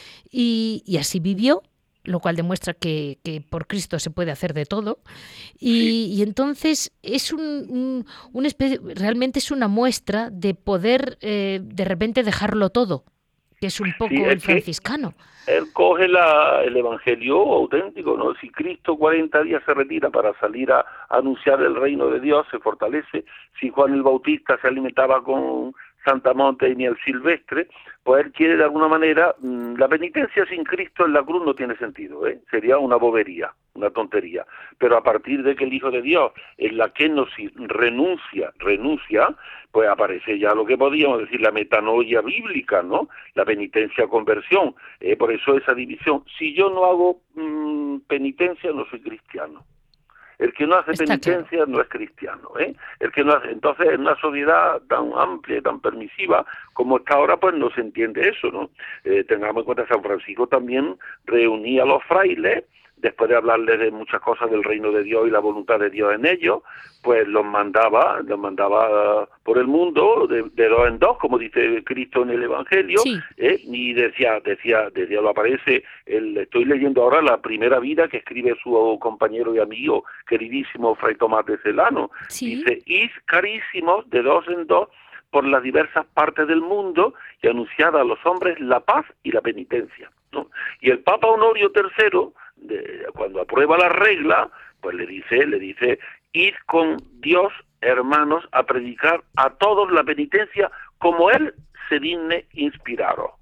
Speaker 2: y, y así vivió, lo cual demuestra que, que por Cristo se puede hacer de todo. Y, y entonces es un, un, un espe- realmente es una muestra de poder eh, de repente dejarlo todo, que es un poco
Speaker 6: Sí, es
Speaker 2: el
Speaker 6: que-
Speaker 2: franciscano.
Speaker 6: Él coge la, el evangelio auténtico, ¿no? Si Cristo cuarenta días se retira para salir a, a anunciar el reino de Dios, se fortalece. Si Juan el Bautista se alimentaba con Santa Monte y miel silvestre, pues él quiere de alguna manera, mmm, la penitencia sin Cristo en la cruz no tiene sentido, ¿eh? Sería una bobería, una tontería. Pero a partir de que el Hijo de Dios, en la que nos renuncia, renuncia, pues aparece ya lo que podríamos decir la metanoia bíblica, ¿no? La penitencia conversión. Eh, por eso esa división. Si yo no hago mmm, penitencia, no soy cristiano. El que no hace
Speaker 2: Está
Speaker 6: penitencia
Speaker 2: claro.
Speaker 6: no es cristiano, ¿eh? El que no hace, entonces en una sociedad tan amplia y tan permisiva como está ahora, pues no se entiende eso, ¿no? Eh, tengamos en cuenta que San Francisco también reunía a los frailes, después de hablarles de muchas cosas del reino de Dios y la voluntad de Dios en ellos, pues los mandaba, los mandaba por el mundo de, de dos en dos, como dice Cristo en el Evangelio,
Speaker 2: Sí.
Speaker 6: ¿eh? Y decía, decía, decía, lo aparece, el, estoy leyendo ahora la primera vida que escribe su compañero y amigo queridísimo Fray Tomás de Celano.
Speaker 2: Sí.
Speaker 6: Dice, id carísimos de dos en dos por las diversas partes del mundo y anunciad a los hombres la paz y la penitencia, ¿no? Y el Papa Honorio tercero, de, cuando aprueba la regla, pues le dice, le dice, id con Dios, hermanos, a predicar a todos la penitencia como Él se digne inspiraros.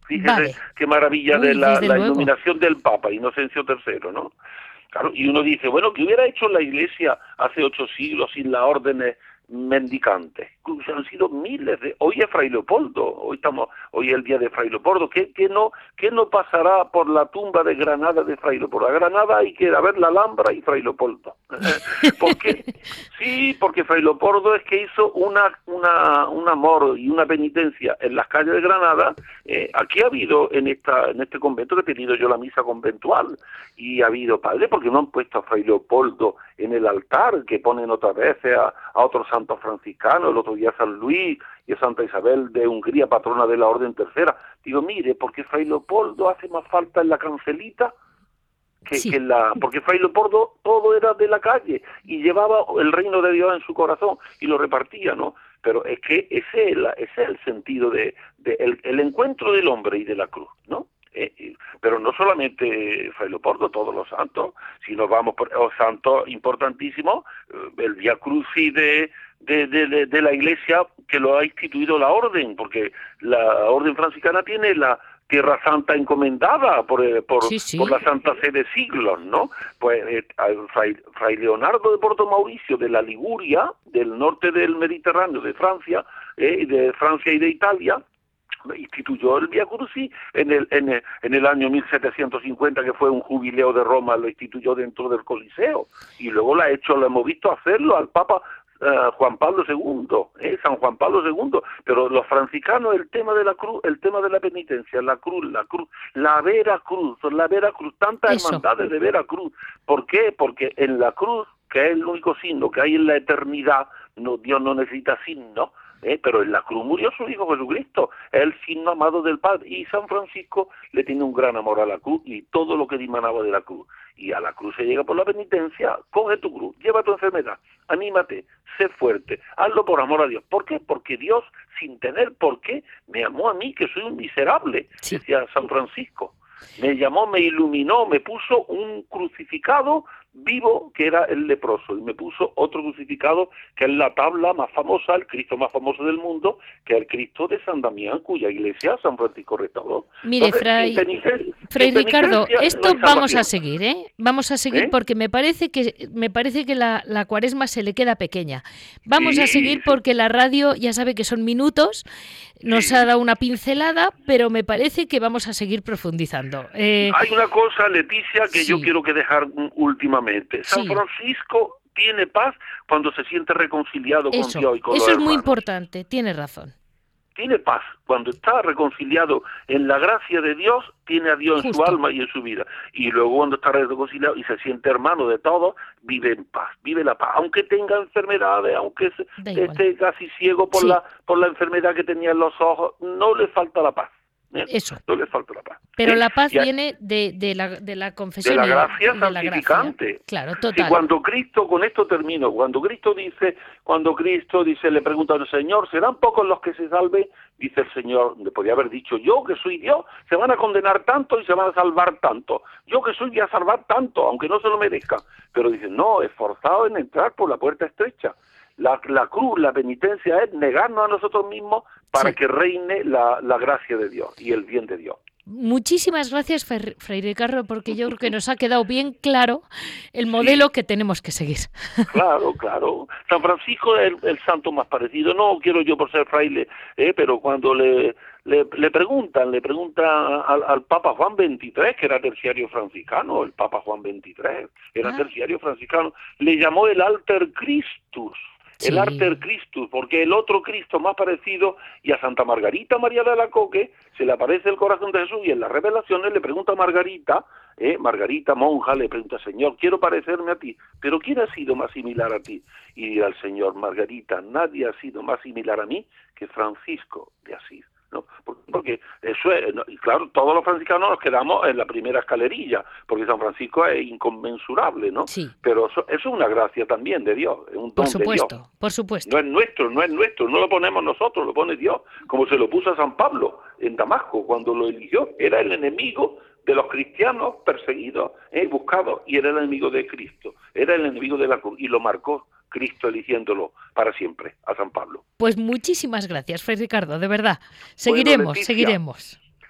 Speaker 6: Fíjese
Speaker 2: vale.
Speaker 6: qué maravilla
Speaker 2: Uy,
Speaker 6: de la,
Speaker 2: desde
Speaker 6: la
Speaker 2: luego.
Speaker 6: iluminación del Papa, Inocencio tercero, ¿no? Claro, y uno dice, bueno, ¿qué hubiera hecho la Iglesia hace ocho siglos sin las órdenes mendicantes? Han sido miles de... Hoy es Fray Leopoldo, hoy estamos, hoy es el día de Fray Leopoldo. ¿Qué, qué no, qué no pasará por la tumba de Granada de Fray Leopoldo? A Granada hay que ir a ver la Alhambra y Fray Leopoldo. ¿Por qué? Sí, porque Fray Leopoldo es que hizo una, una, un amor y una penitencia en las calles de Granada. Eh, aquí ha habido, en esta en este convento, que he tenido yo la misa conventual, y ha habido padres, porque no han puesto a Fray Leopoldo en el altar, que ponen otra vez a, a otros santos franciscanos, el otro día San Luis y a Santa Isabel de Hungría, patrona de la Orden Tercera. Digo, mire, porque Fray Leopoldo hace más falta en la cancelita que,
Speaker 2: Sí.
Speaker 6: que en la... Porque Fray Leopoldo todo era de la calle y llevaba el reino de Dios en su corazón y lo repartía, ¿no? Pero es que ese es, la, ese es el sentido de, de el, el encuentro del hombre y de la cruz, ¿no? Eh, pero no solamente Fray Leopoldo, todos los santos, si nos vamos por los santos importantísimos, el Vía Crucis de, de, de, de, de la Iglesia, que lo ha instituido la Orden, porque la Orden franciscana tiene la Tierra Santa encomendada por, por,
Speaker 2: sí, sí.
Speaker 6: por la Santa Sede de siglos, ¿no? Pues eh, Fray, Fray Leonardo de Porto Mauricio de la Liguria, del norte del Mediterráneo, de Francia, eh, de Francia y de Italia, instituyó el Vía Crucis en el, en el en el año mil setecientos cincuenta, que fue un jubileo de Roma, lo instituyó dentro del Coliseo, y luego lo ha hecho, lo hemos visto hacerlo al Papa uh, Juan Pablo segundo, eh, San Juan Pablo segundo, pero los franciscanos, el tema de la cruz, el tema de la penitencia, la cruz, la cruz, la Vera Cruz, la Vera Cruz, tantas
Speaker 2: Eso.
Speaker 6: hermandades de Vera Cruz. ¿Por qué? Porque en la cruz, que es el único signo que hay en la eternidad, no, Dios no necesita signo, Eh, pero en la cruz murió su Hijo Jesucristo, es el signo amado del Padre, y San Francisco le tiene un gran amor a la cruz y todo lo que dimanaba de la cruz, y a la cruz se llega por la penitencia. Coge tu cruz, lleva tu enfermedad, anímate, sé fuerte, hazlo por amor a Dios. ¿Por qué? Porque Dios, sin tener por qué, me amó a mí, que soy un miserable,
Speaker 2: Sí.
Speaker 6: decía San Francisco. Me llamó, me iluminó, me puso un crucificado vivo, que era el leproso, y me puso otro crucificado, que es la tabla más famosa, el Cristo más famoso del mundo, que es el Cristo de San Damián, cuya iglesia San Francisco restauró.
Speaker 2: Mire,
Speaker 6: Entonces,
Speaker 2: Fray,
Speaker 6: sin peniten-
Speaker 2: Fray
Speaker 6: sin
Speaker 2: Ricardo,
Speaker 6: penitencia
Speaker 2: esto
Speaker 6: no hay
Speaker 2: vamos a
Speaker 6: salvación.
Speaker 2: seguir, ¿eh? Vamos a seguir
Speaker 6: ¿Eh?
Speaker 2: porque me parece que me parece que la, la cuaresma se le queda pequeña. Vamos
Speaker 6: Sí,
Speaker 2: a seguir
Speaker 6: sí.
Speaker 2: porque la radio, ya sabe que son minutos, nos
Speaker 6: Sí.
Speaker 2: ha dado una pincelada, pero me parece que vamos a seguir profundizando. Eh,
Speaker 6: Hay una cosa, Leticia, que
Speaker 2: sí.
Speaker 6: yo quiero que dejar mm, últimamente. San
Speaker 2: Sí.
Speaker 6: Francisco tiene paz cuando se siente reconciliado con
Speaker 2: eso,
Speaker 6: Dios y con
Speaker 2: eso
Speaker 6: los
Speaker 2: es muy
Speaker 6: hermanos.
Speaker 2: importante, tiene razón.
Speaker 6: Tiene paz. Cuando está reconciliado en la gracia de Dios, tiene a Dios en su
Speaker 2: Justo.
Speaker 6: alma y en su vida. Y luego cuando está reconciliado y se siente hermano de todos, vive en paz, vive la paz. Aunque tenga enfermedades, aunque se-
Speaker 2: Da igual.
Speaker 6: esté casi ciego por,
Speaker 2: Sí.
Speaker 6: la, por la enfermedad que tenía en los ojos, no le falta la paz. ¿eh?
Speaker 2: Eso.
Speaker 6: No le falta la paz.
Speaker 2: Pero
Speaker 6: ¿eh?
Speaker 2: la paz
Speaker 6: Y a-
Speaker 2: viene de, de, la, de la confesión.
Speaker 6: de la
Speaker 2: y
Speaker 6: gracia
Speaker 2: de la
Speaker 6: santificante.
Speaker 2: gracia. Claro,
Speaker 6: Sí,
Speaker 2: total.
Speaker 6: cuando Cristo, con esto termino, cuando Cristo dice, cuando Cristo dice, le pregunta al Señor, ¿serán pocos los que se salven? Dice el Señor, le podría haber dicho, yo que soy Dios, se van a condenar tanto y se van a salvar tanto. Yo que soy voy a salvar tanto, aunque no se lo merezca. Pero dice, no, esforzado en entrar por la puerta estrecha. La, la cruz, la penitencia es negarnos a nosotros mismos para
Speaker 2: Sí.
Speaker 6: que reine la, la gracia de Dios y el bien de Dios.
Speaker 2: Muchísimas gracias, Fer- Fray Ricardo, porque yo creo que nos ha quedado bien claro el modelo que tenemos que seguir.
Speaker 6: Claro, claro. San Francisco es el, el santo más parecido. No quiero yo por ser fraile, eh, pero cuando le, le, le preguntan, le preguntan al, al Papa Juan veintitrés, que era terciario franciscano, el Papa Juan veintitrés era
Speaker 2: Ah.
Speaker 6: terciario franciscano, le llamó el Alter Christus. El
Speaker 2: Sí.
Speaker 6: Alter Christus, porque el otro Cristo más parecido, y a Santa Margarita María de Alacoque se le aparece el corazón de Jesús, y en las revelaciones le pregunta a Margarita, eh, Margarita monja, le pregunta, Señor, quiero parecerme a ti, pero ¿quién ha sido más similar a ti? Y dirá el Señor, Margarita, nadie ha sido más similar a mí que Francisco de Asís. ¿No? Porque eso es, no, y claro, todos los franciscanos nos quedamos en la primera escalerilla, porque San Francisco es inconmensurable, ¿no?
Speaker 2: Sí.
Speaker 6: Pero eso, eso es una gracia también de Dios, es un don
Speaker 2: Por
Speaker 6: de
Speaker 2: supuesto,
Speaker 6: Dios.
Speaker 2: por supuesto.
Speaker 6: No es nuestro, no es nuestro, no lo ponemos nosotros, lo pone Dios, como se lo puso a San Pablo en Damasco cuando lo eligió. Era el enemigo de los cristianos perseguidos, eh, buscados, y era el enemigo de Cristo, era el enemigo de la cruz, y lo marcó Cristo eligiéndolo para siempre a San Pablo.
Speaker 2: Pues muchísimas gracias, Fray Ricardo, de verdad. Seguiremos,
Speaker 6: Leticia,
Speaker 2: seguiremos.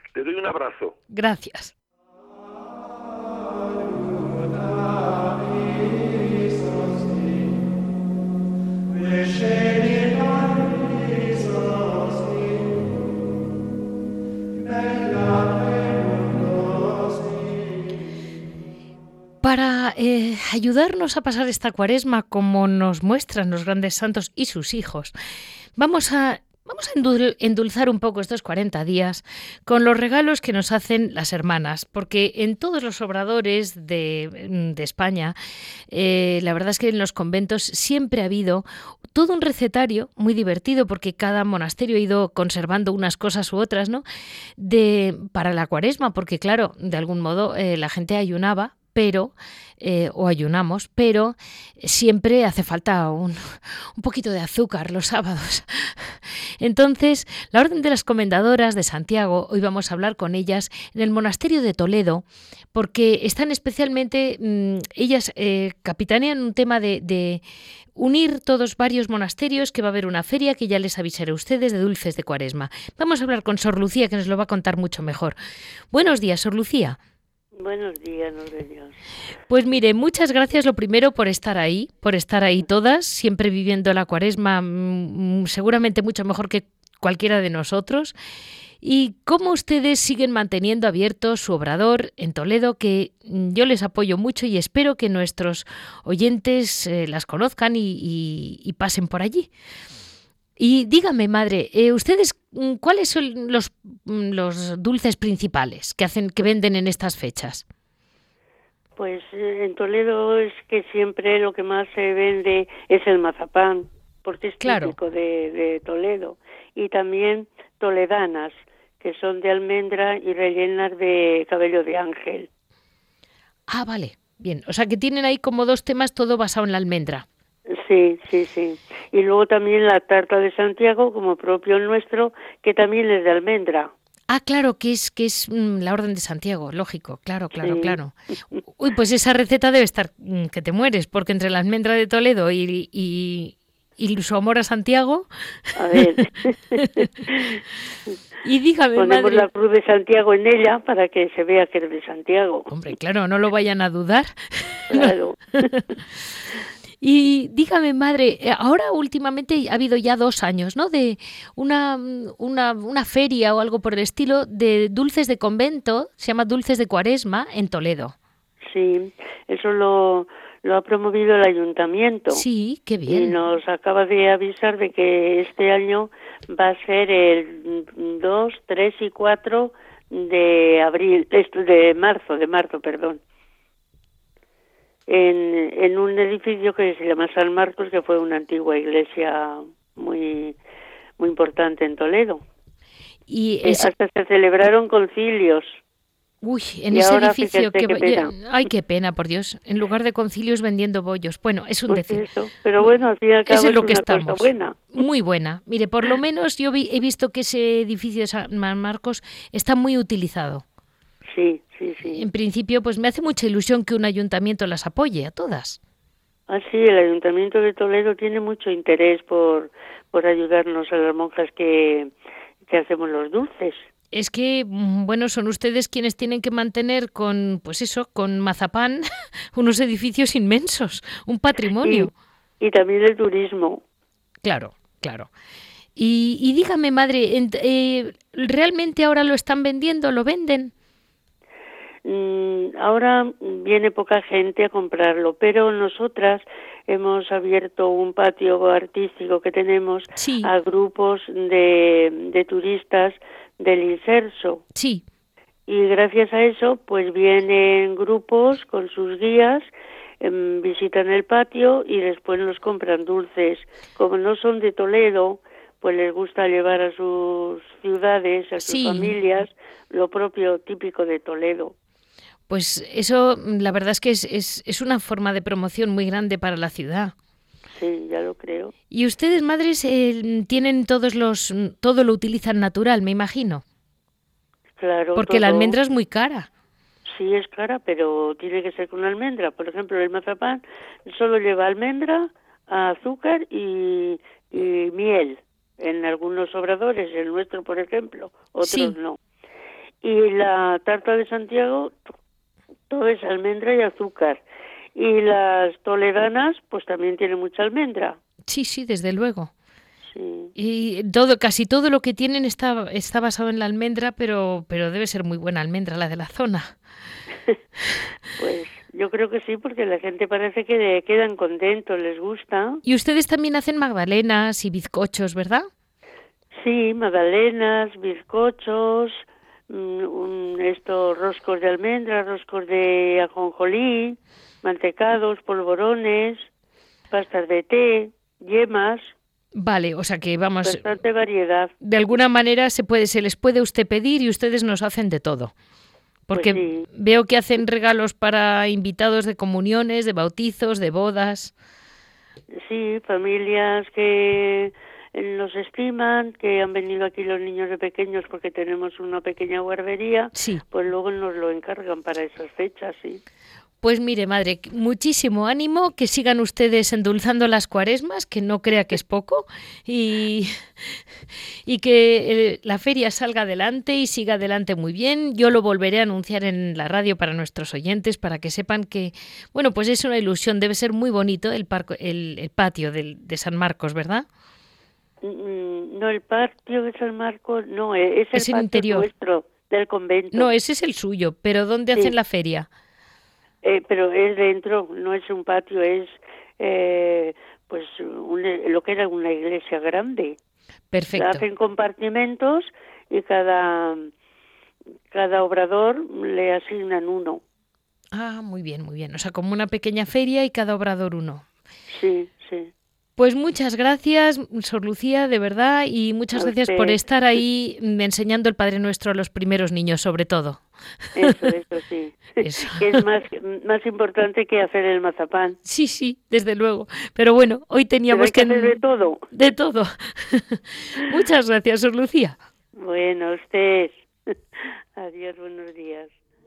Speaker 6: Te doy un abrazo.
Speaker 2: Gracias. Para eh, ayudarnos a pasar esta Cuaresma como nos muestran los grandes santos y sus hijos, vamos a, vamos a endulzar un poco estos cuarenta días con los regalos que nos hacen las hermanas, porque en todos los obradores de, de España, eh, la verdad es que en los conventos siempre ha habido todo un recetario muy divertido, porque cada monasterio ha ido conservando unas cosas u otras, ¿no? De, para la Cuaresma, porque claro, de algún modo eh, la gente ayunaba, pero eh, o ayunamos, pero siempre hace falta un, un poquito de azúcar los sábados. Entonces, la Orden de las Comendadoras de Santiago, hoy vamos a hablar con ellas en el monasterio de Toledo, porque están especialmente, mmm, ellas eh, capitanean un tema de, de unir todos varios monasterios, que va a haber una feria que ya les avisaré a ustedes de dulces de Cuaresma. Vamos a hablar con Sor Lucía, que nos lo va a contar mucho mejor. Buenos días, Sor Lucía.
Speaker 7: Buenos días, no de Dios.
Speaker 2: Pues mire, muchas gracias lo primero por estar ahí, por estar ahí todas, siempre viviendo la Cuaresma mmm, seguramente mucho mejor que cualquiera de nosotros. Y cómo ustedes siguen manteniendo abierto su obrador en Toledo, que yo les apoyo mucho y espero que nuestros oyentes eh, las conozcan y, y, y pasen por allí. Y dígame, madre, eh, ustedes, ¿cuáles son los, los dulces principales que hacen, que venden en estas fechas?
Speaker 7: Pues eh, en Toledo es que siempre lo que más se vende es el mazapán, porque es
Speaker 2: claro.
Speaker 7: típico de, de Toledo. Y también toledanas, que son de almendra y rellenas de cabello de ángel.
Speaker 2: Ah, vale, bien. O sea que tienen ahí como dos temas, todo basado en la almendra.
Speaker 7: Sí, sí, sí. Y luego también la tarta de Santiago, como propio nuestro, que también es de almendra.
Speaker 2: Ah, claro, que es que es mmm, la Orden de Santiago, lógico, claro, claro,
Speaker 7: sí.
Speaker 2: claro. Uy, pues esa receta debe estar mmm, que te mueres, porque entre la almendra de Toledo y, y, y su amor a Santiago...
Speaker 7: A ver...
Speaker 2: Y dígame,
Speaker 7: ponemos
Speaker 2: madre...
Speaker 7: la cruz de Santiago en ella para que se vea que es de Santiago.
Speaker 2: Hombre, claro, no lo vayan a dudar.
Speaker 7: Claro.
Speaker 2: Y dígame, madre, ahora últimamente ha habido ya dos años, ¿no?, de una, una, una feria o algo por el estilo de dulces de convento, se llama Dulces de Cuaresma, en Toledo.
Speaker 7: Sí, eso lo, lo ha promovido el ayuntamiento.
Speaker 2: Sí, qué bien.
Speaker 7: Y nos acaba de avisar de que este año va a ser el dos, tres y cuatro de abril, de marzo, de marzo, perdón. En, en un edificio que se llama San Marcos, que fue una antigua iglesia muy muy importante en Toledo.
Speaker 2: Y
Speaker 7: es... hasta se celebraron concilios.
Speaker 2: Uy, en
Speaker 7: y
Speaker 2: ese
Speaker 7: ahora,
Speaker 2: edificio que
Speaker 7: qué pena.
Speaker 2: Ay, qué pena, por Dios. En lugar de concilios vendiendo bollos. Bueno, es un
Speaker 7: pues
Speaker 2: decir.
Speaker 7: Eso. Pero bueno, al fin y al cabo
Speaker 2: es,
Speaker 7: es
Speaker 2: lo que
Speaker 7: una
Speaker 2: estamos.
Speaker 7: cosa buena.
Speaker 2: Muy buena. Mire, por lo menos yo vi, he visto que ese edificio de San Marcos está muy utilizado.
Speaker 7: Sí, sí, sí.
Speaker 2: En principio, pues me hace mucha ilusión que un ayuntamiento las apoye a todas.
Speaker 7: Ah, sí, el Ayuntamiento de Toledo tiene mucho interés por, por ayudarnos a las monjas que, que hacemos los dulces.
Speaker 2: Es que, bueno, son ustedes quienes tienen que mantener con, pues eso, con mazapán, unos edificios inmensos, un patrimonio.
Speaker 7: Y, y también el turismo.
Speaker 2: Claro, claro. Y, y dígame, madre, eh, ¿realmente ahora lo están vendiendo, lo venden?
Speaker 7: Mm, ahora viene poca gente a comprarlo, pero nosotras hemos abierto un patio artístico que tenemos
Speaker 2: sí.
Speaker 7: a grupos de, de turistas del Inserso.
Speaker 2: Sí.
Speaker 7: Y gracias a eso, pues vienen grupos con sus guías, eh, visitan el patio y después nos compran dulces. Como no son de Toledo, pues les gusta llevar a sus ciudades, a sus
Speaker 2: sí.
Speaker 7: familias, lo propio típico de Toledo.
Speaker 2: Pues eso, la verdad es que es, es, es una forma de promoción muy grande para la ciudad.
Speaker 7: Sí, ya lo creo.
Speaker 2: Y ustedes, madres, eh, tienen todos los, todo lo utilizan natural, me imagino.
Speaker 7: Claro.
Speaker 2: Porque
Speaker 7: todo.
Speaker 2: la almendra es muy cara.
Speaker 7: Sí, es cara, pero tiene que ser con almendra. Por ejemplo, el mazapán solo lleva almendra, azúcar y, y miel. En algunos obradores, el nuestro, por ejemplo, otros
Speaker 2: sí.
Speaker 7: no. Y la tarta de Santiago, todo es almendra y azúcar. Y las toledanas, pues también tienen mucha almendra.
Speaker 2: Sí, sí, desde luego.
Speaker 7: Sí.
Speaker 2: Y todo, casi todo lo que tienen está, está basado en la almendra, pero, pero debe ser muy buena almendra la de la zona.
Speaker 7: Pues yo creo que sí, porque la gente parece que le quedan contentos, les gusta.
Speaker 2: Y ustedes también hacen magdalenas y bizcochos, ¿verdad?
Speaker 7: Sí, magdalenas, bizcochos, un, estos roscos de almendra, roscos de ajonjolí, mantecados, polvorones, pastas de té, yemas.
Speaker 2: Vale, o sea que vamos...
Speaker 7: Bastante variedad.
Speaker 2: De alguna manera se puede, se les puede usted pedir y ustedes nos hacen de todo. Porque
Speaker 7: pues sí.
Speaker 2: Veo que hacen regalos para invitados de comuniones, de bautizos, de bodas.
Speaker 7: Sí, familias que nos estiman, que han venido aquí los niños de pequeños porque tenemos una pequeña guardería,
Speaker 2: sí.
Speaker 7: Pues luego nos lo encargan para esas fechas, sí.
Speaker 2: Pues mire, madre, muchísimo ánimo, que sigan ustedes endulzando las cuaresmas, que no crea que es poco, y, y que eh, la feria salga adelante y siga adelante muy bien. Yo lo volveré a anunciar en la radio para nuestros oyentes, para que sepan que, bueno, pues es una ilusión, debe ser muy bonito el, parco, el, el patio del, de San Marcos, ¿verdad?
Speaker 7: No, el patio de San Marcos, no, es el,
Speaker 2: es el
Speaker 7: patio
Speaker 2: interior
Speaker 7: nuestro, del convento.
Speaker 2: No, ese es el suyo, pero ¿dónde
Speaker 7: sí.
Speaker 2: hacen la feria?
Speaker 7: Eh, pero es dentro, no es un patio, es eh, pues un, lo que era una iglesia grande.
Speaker 2: Perfecto.
Speaker 7: La hacen compartimentos y cada, cada obrador le asignan uno.
Speaker 2: Ah, muy bien, muy bien. O sea, como una pequeña feria y cada obrador uno.
Speaker 7: Sí, sí.
Speaker 2: Pues muchas gracias, Sor Lucía, de verdad, y muchas gracias por estar ahí enseñando el Padre Nuestro a los primeros niños, sobre todo.
Speaker 7: Eso, eso sí.
Speaker 2: Eso.
Speaker 7: Que es más, más importante que hacer el mazapán.
Speaker 2: Sí, sí, desde luego. Pero bueno, hoy teníamos
Speaker 7: Pero hay que...
Speaker 2: que...
Speaker 7: hacer de todo.
Speaker 2: De todo. Muchas gracias, Sor Lucía.
Speaker 7: Bueno, usted. Adiós, buenos días.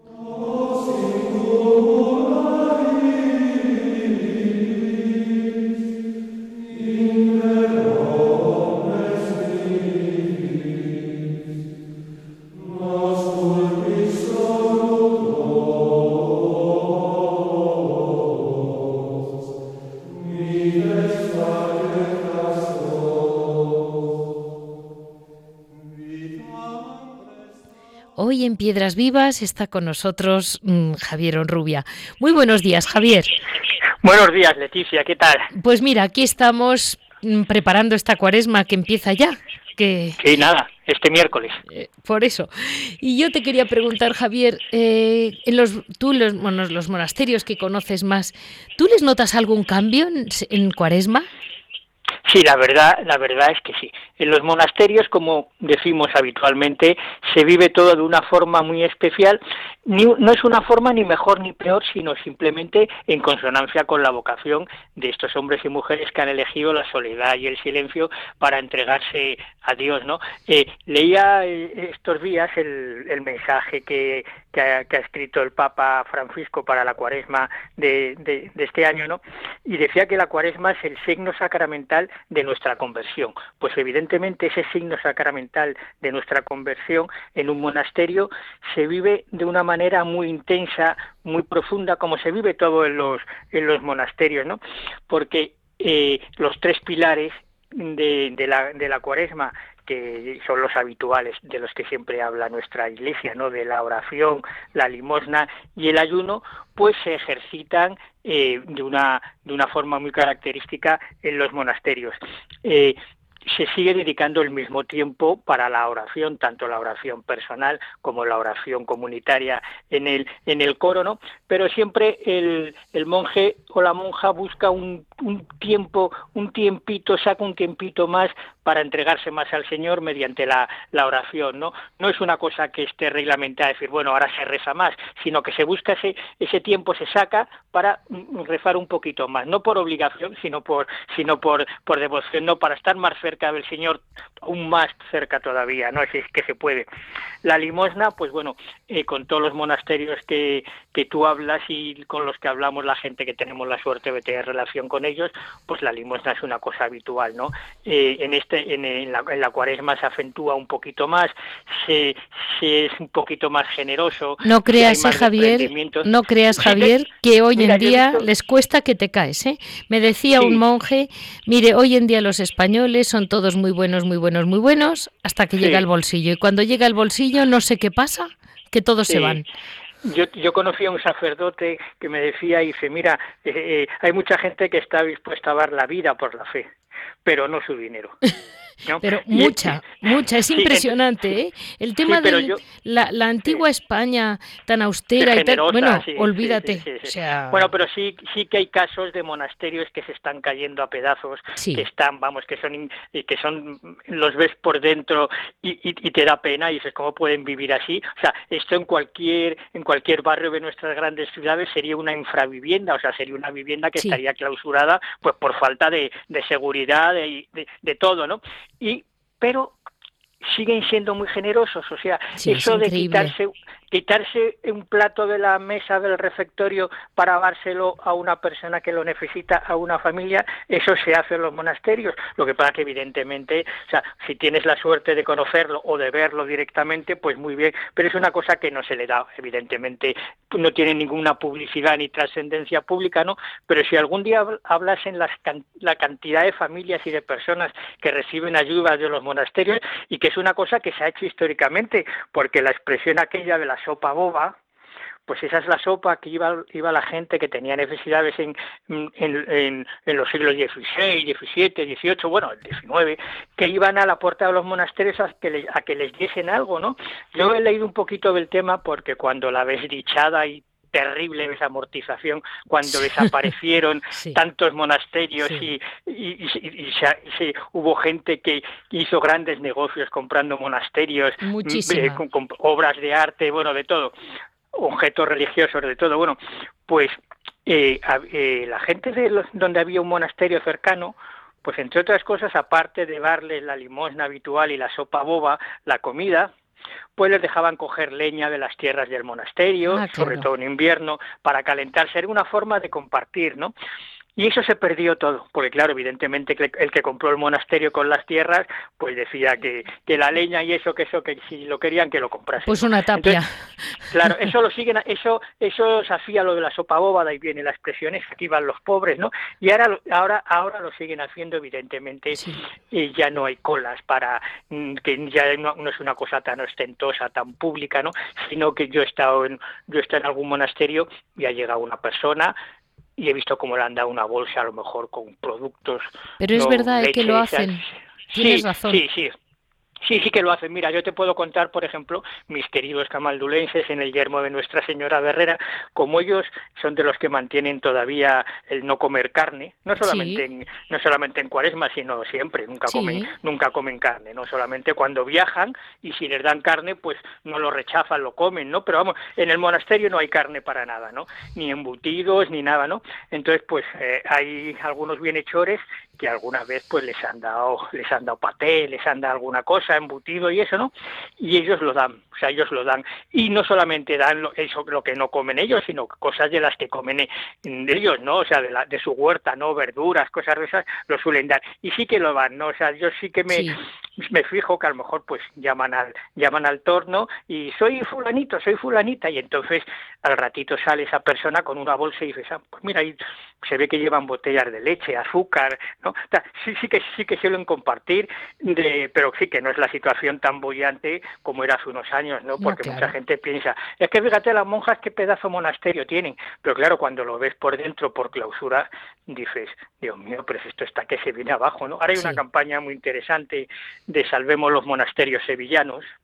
Speaker 2: Hoy en Piedras Vivas está con nosotros mmm, Javier Onrubia. Muy buenos días, Javier.
Speaker 8: Buenos días, Leticia, ¿qué tal?
Speaker 2: Pues mira, aquí estamos mmm, preparando esta cuaresma que empieza ya. Que,
Speaker 8: sí, nada, este miércoles.
Speaker 2: Eh, por eso. Y yo te quería preguntar, Javier, eh, en los, tú los, bueno, los monasterios que conoces más, ¿tú les notas algún cambio en, en cuaresma?
Speaker 8: Sí, la verdad, la verdad es que sí. En los monasterios, como decimos habitualmente, se vive todo de una forma muy especial. Ni, no es una forma ni mejor ni peor, sino simplemente en consonancia con la vocación de estos hombres y mujeres que han elegido la soledad y el silencio para entregarse a Dios, ¿no? Eh, leía estos días el, el mensaje que, que, ha, que ha escrito el Papa Francisco para la Cuaresma de, de, de este año, ¿no? Y decía que la Cuaresma es el signo sacramental de nuestra conversión. Pues evidentemente ese signo sacramental de nuestra conversión en un monasterio se vive de una manera muy intensa, muy profunda, como se vive todo en los en los monasterios, ¿no? Porque eh, los tres pilares de, de la de la Cuaresma, que son los habituales de los que siempre habla nuestra Iglesia, ¿no? De la oración, la limosna y el ayuno, pues se ejercitan eh, de una de una forma muy característica en los monasterios. Eh, se sigue dedicando el mismo tiempo para la oración, tanto la oración personal como la oración comunitaria en el en el coro, ¿no? Pero siempre el, el monje o la monja busca un, un tiempo, un tiempito, saca un tiempito más para entregarse más al Señor mediante la, la oración, ¿no? No es una cosa que esté reglamentada, decir, bueno, ahora se reza más, sino que se busca ese, ese tiempo, se saca para rezar un poquito más, no por obligación, sino por, sino por, por devoción, no para estar más cerca cerca del Señor, aún más cerca todavía, ¿no? Si es que se puede. La limosna, pues bueno, eh, con todos los monasterios que, que tú hablas y con los que hablamos, la gente que tenemos la suerte de tener relación con ellos, pues la limosna es una cosa habitual, ¿no? Eh, en este en, en, la, en la Cuaresma se acentúa un poquito más, se, se es un poquito más generoso.
Speaker 2: No creas, eh, Javier, no creas, Javier, que hoy Mira, en día visto... les cuesta que te caes, ¿eh? Me decía sí. un monje, mire, hoy en día los españoles son todos muy buenos, muy buenos, muy buenos, hasta que sí. llega el bolsillo. Y cuando llega el bolsillo, no sé qué pasa, que todos sí. se van.
Speaker 8: Yo, yo conocí a un sacerdote que me decía, dice, mira, eh, eh, hay mucha gente que está dispuesta a dar la vida por la fe, pero no su dinero. ¿No?
Speaker 2: Pero mucha, y, mucha, es sí, impresionante, ¿eh? El tema sí, de la, la antigua sí. España tan austera y tan, bueno, sí, olvídate.
Speaker 8: Sí, sí, sí, sí.
Speaker 2: O sea...
Speaker 8: Bueno, pero sí, sí que hay casos de monasterios que se están cayendo a pedazos,
Speaker 2: sí.
Speaker 8: que están, vamos, que son, que son, los ves por dentro y, y, y te da pena y dices, ¿cómo pueden vivir así? O sea, esto en cualquier, en cualquier barrio de nuestras grandes ciudades sería una infravivienda, o sea, sería una vivienda que sí. estaría clausurada, pues por falta de, de seguridad, de, de, de todo, ¿no? Y pero siguen siendo muy generosos, o sea,
Speaker 2: sí,
Speaker 8: eso de quitarse quitarse un plato de la mesa del refectorio para dárselo a una persona que lo necesita, a una familia, eso se hace en los monasterios. Lo que pasa que evidentemente, o sea, si tienes la suerte de conocerlo o de verlo directamente, pues muy bien, pero es una cosa que no se le da, evidentemente, no tiene ninguna publicidad ni trascendencia pública, ¿no? Pero si algún día hablas en las can- la cantidad de familias y de personas que reciben ayudas de los monasterios, y que es una cosa que se ha hecho históricamente, porque la expresión aquella de la sopa boba, pues esa es la sopa que iba, iba la gente que tenía necesidades en, en, en, en los siglos dieciséis, diecisiete, dieciocho, bueno, el diecinueve, que iban a la puerta de los monasterios a que, les, a que les diesen algo, ¿no? Yo he leído un poquito del tema porque cuando la desdichada y terrible desamortización, cuando desaparecieron sí. tantos monasterios sí. y, y, y, y, y, se, y se, hubo gente que hizo grandes negocios comprando monasterios, eh, con, con obras de arte, bueno, de todo, objetos religiosos, de todo, bueno, pues eh, eh, la gente de los, donde había un monasterio cercano, pues entre otras cosas, aparte de darles la limosna habitual y la sopa boba, la comida, pues les dejaban coger leña de las tierras del monasterio, ah, claro. sobre todo en invierno, para calentarse. Era una forma de compartir, ¿no? Y eso se perdió todo, porque claro, evidentemente el que compró el monasterio con las tierras, pues decía que, que la leña y eso, que eso, que si lo querían, que lo comprasen.
Speaker 2: Pues una tapia.
Speaker 8: Entonces, claro, eso lo siguen, eso, eso se hacía lo de la sopa boba, de ahí viene la expresión esa, que iban los pobres, ¿no? Y ahora, ahora, ahora lo siguen haciendo, evidentemente, sí. y ya no hay colas para, que ya no, no es una cosa tan ostentosa, tan pública, ¿no? Sino que yo he estado en, yo he estado en algún monasterio y ha llegado una persona, y he visto cómo le han dado una bolsa a lo mejor con productos.
Speaker 2: Pero es
Speaker 8: no,
Speaker 2: verdad
Speaker 8: leche,
Speaker 2: que lo hacen. Tienes
Speaker 8: sí,
Speaker 2: razón.
Speaker 8: Sí, sí. Sí, sí que lo hacen. Mira, yo te puedo contar, por ejemplo, mis queridos camaldulenses en el yermo de Nuestra Señora de Herrera, como ellos son de los que mantienen todavía el no comer carne, no solamente sí. en, no solamente en Cuaresma, sino siempre, nunca
Speaker 2: sí.
Speaker 8: comen, nunca comen carne, no solamente cuando viajan, y si les dan carne, pues no lo rechazan, lo comen, ¿no? Pero vamos, en el monasterio no hay carne para nada, ¿no? Ni embutidos, ni nada, ¿no? Entonces, pues eh, hay algunos bienhechores que alguna vez pues les han dado, les han dado paté, les han dado alguna cosa, embutido y eso, ¿no? Y ellos lo dan, o sea, ellos lo dan. Y no solamente dan lo, eso, lo que no comen ellos, sino cosas de las que comen ellos, ¿no? O sea, de, la, de su huerta, ¿no? Verduras, cosas de esas, lo suelen dar. Y sí que lo dan, ¿no? O sea, yo sí que me, sí. me fijo que a lo mejor pues llaman al, llaman al torno y soy fulanito, soy fulanita, y entonces al ratito sale esa persona con una bolsa y dices, ah, pues mira, ahí se ve que llevan botellas de leche, azúcar, ¿no? O sea, sí, sí que sí que suelen compartir, de, pero sí que no es la situación tan bollante como era hace unos años, ¿no? Porque no, claro. mucha gente piensa, es que fíjate las monjas qué pedazo monasterio tienen, pero claro, cuando lo ves por dentro, por clausura, dices, Dios mío, pero esto está que se viene abajo, ¿no? Ahora hay sí. una campaña muy interesante de Salvemos los Monasterios Sevillanos,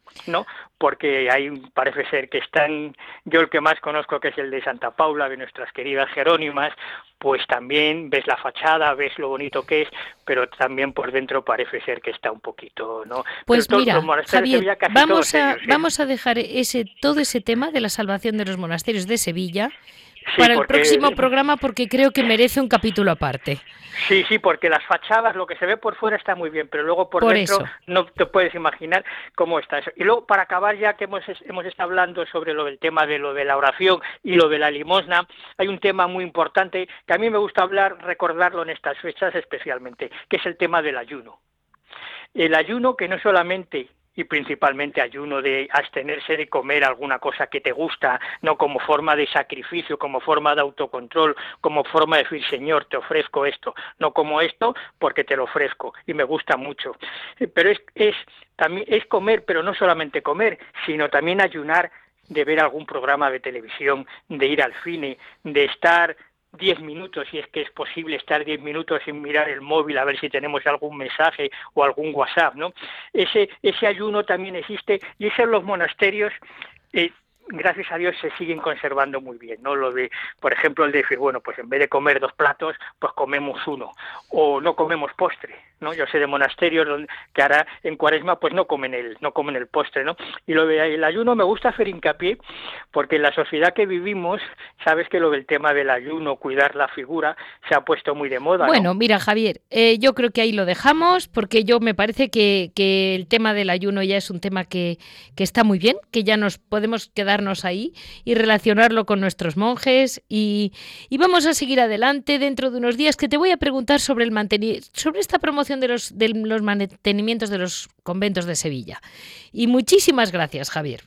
Speaker 8: ¿no? Porque ahí parece ser que están, yo el que más conozco, que es el de Santa Paula, de nuestras queridas Jerónimas, pues también ves la fachada, ves lo bonito que es, pero también por dentro parece ser que está un poquito, ¿no?
Speaker 2: Pues
Speaker 8: pero
Speaker 2: mira, Javier,
Speaker 8: Sevilla,
Speaker 2: vamos a
Speaker 8: ellos, ¿eh?
Speaker 2: vamos a dejar ese todo ese tema de la salvación de los monasterios de Sevilla
Speaker 8: sí,
Speaker 2: para
Speaker 8: porque...
Speaker 2: el próximo programa, porque creo que merece un capítulo aparte.
Speaker 8: Sí, sí, porque las fachadas, lo que se ve por fuera está muy bien, pero luego por,
Speaker 2: por
Speaker 8: dentro
Speaker 2: eso.
Speaker 8: no te puedes imaginar cómo está eso. Y luego, para acabar, ya que hemos, hemos estado hablando sobre lo del tema de lo de la oración y lo de la limosna, hay un tema muy importante que a mí me gusta hablar, recordarlo en estas fechas especialmente, que es el tema del ayuno. El ayuno que no solamente... y principalmente ayuno de abstenerse de comer alguna cosa que te gusta, no como forma de sacrificio, como forma de autocontrol, como forma de decir, Señor, te ofrezco esto, no como esto porque te lo ofrezco y me gusta mucho. Pero es, es, también, es comer, pero no solamente comer, sino también ayunar de ver algún programa de televisión, de ir al cine, de estar... diez minutos, si es que es posible estar diez minutos sin mirar el móvil a ver si tenemos algún mensaje o algún WhatsApp, ¿no? Ese, ese ayuno también existe y eso en los monasterios, eh, gracias a Dios, se siguen conservando muy bien, ¿no? Lo de, por ejemplo, el de decir, bueno, pues en vez de comer dos platos, pues comemos uno, o no comemos postre, ¿no? Yo sé de monasterios donde, que ahora en Cuaresma pues no comen el no comen el postre, ¿no? Y lo del ayuno me gusta hacer hincapié porque en la sociedad que vivimos, sabes que lo del tema del ayuno, cuidar la figura, se ha puesto muy de moda, ¿no?
Speaker 2: Bueno, mira, Javier, eh, yo creo que ahí lo dejamos porque yo me parece que, que el tema del ayuno ya es un tema que, que está muy bien, que ya nos podemos quedarnos ahí y relacionarlo con nuestros monjes y, y vamos a seguir adelante dentro de unos días, que te voy a preguntar sobre el manteni- sobre esta promoción de los, de los mantenimientos de los conventos de Sevilla. Y muchísimas gracias, Javier.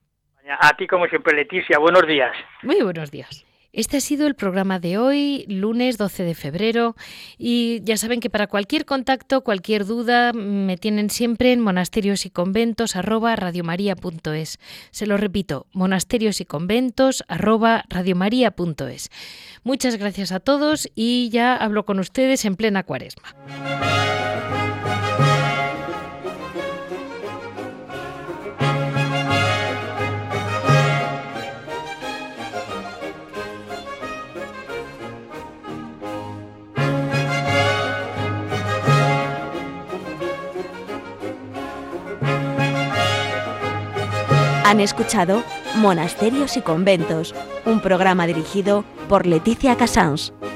Speaker 8: A ti, como siempre, Leticia, buenos días.
Speaker 2: Muy buenos días. Este ha sido el programa de hoy, lunes doce de febrero, y ya saben que para cualquier contacto, cualquier duda, me tienen siempre en monasterios y conventos arroba radiomaria punto es. Se lo repito, monasterios y conventos arroba radiomaria punto es. Muchas gracias a todos y ya hablo con ustedes en plena Cuaresma.
Speaker 1: Han escuchado Monasterios y Conventos, un programa dirigido por Leticia Casans.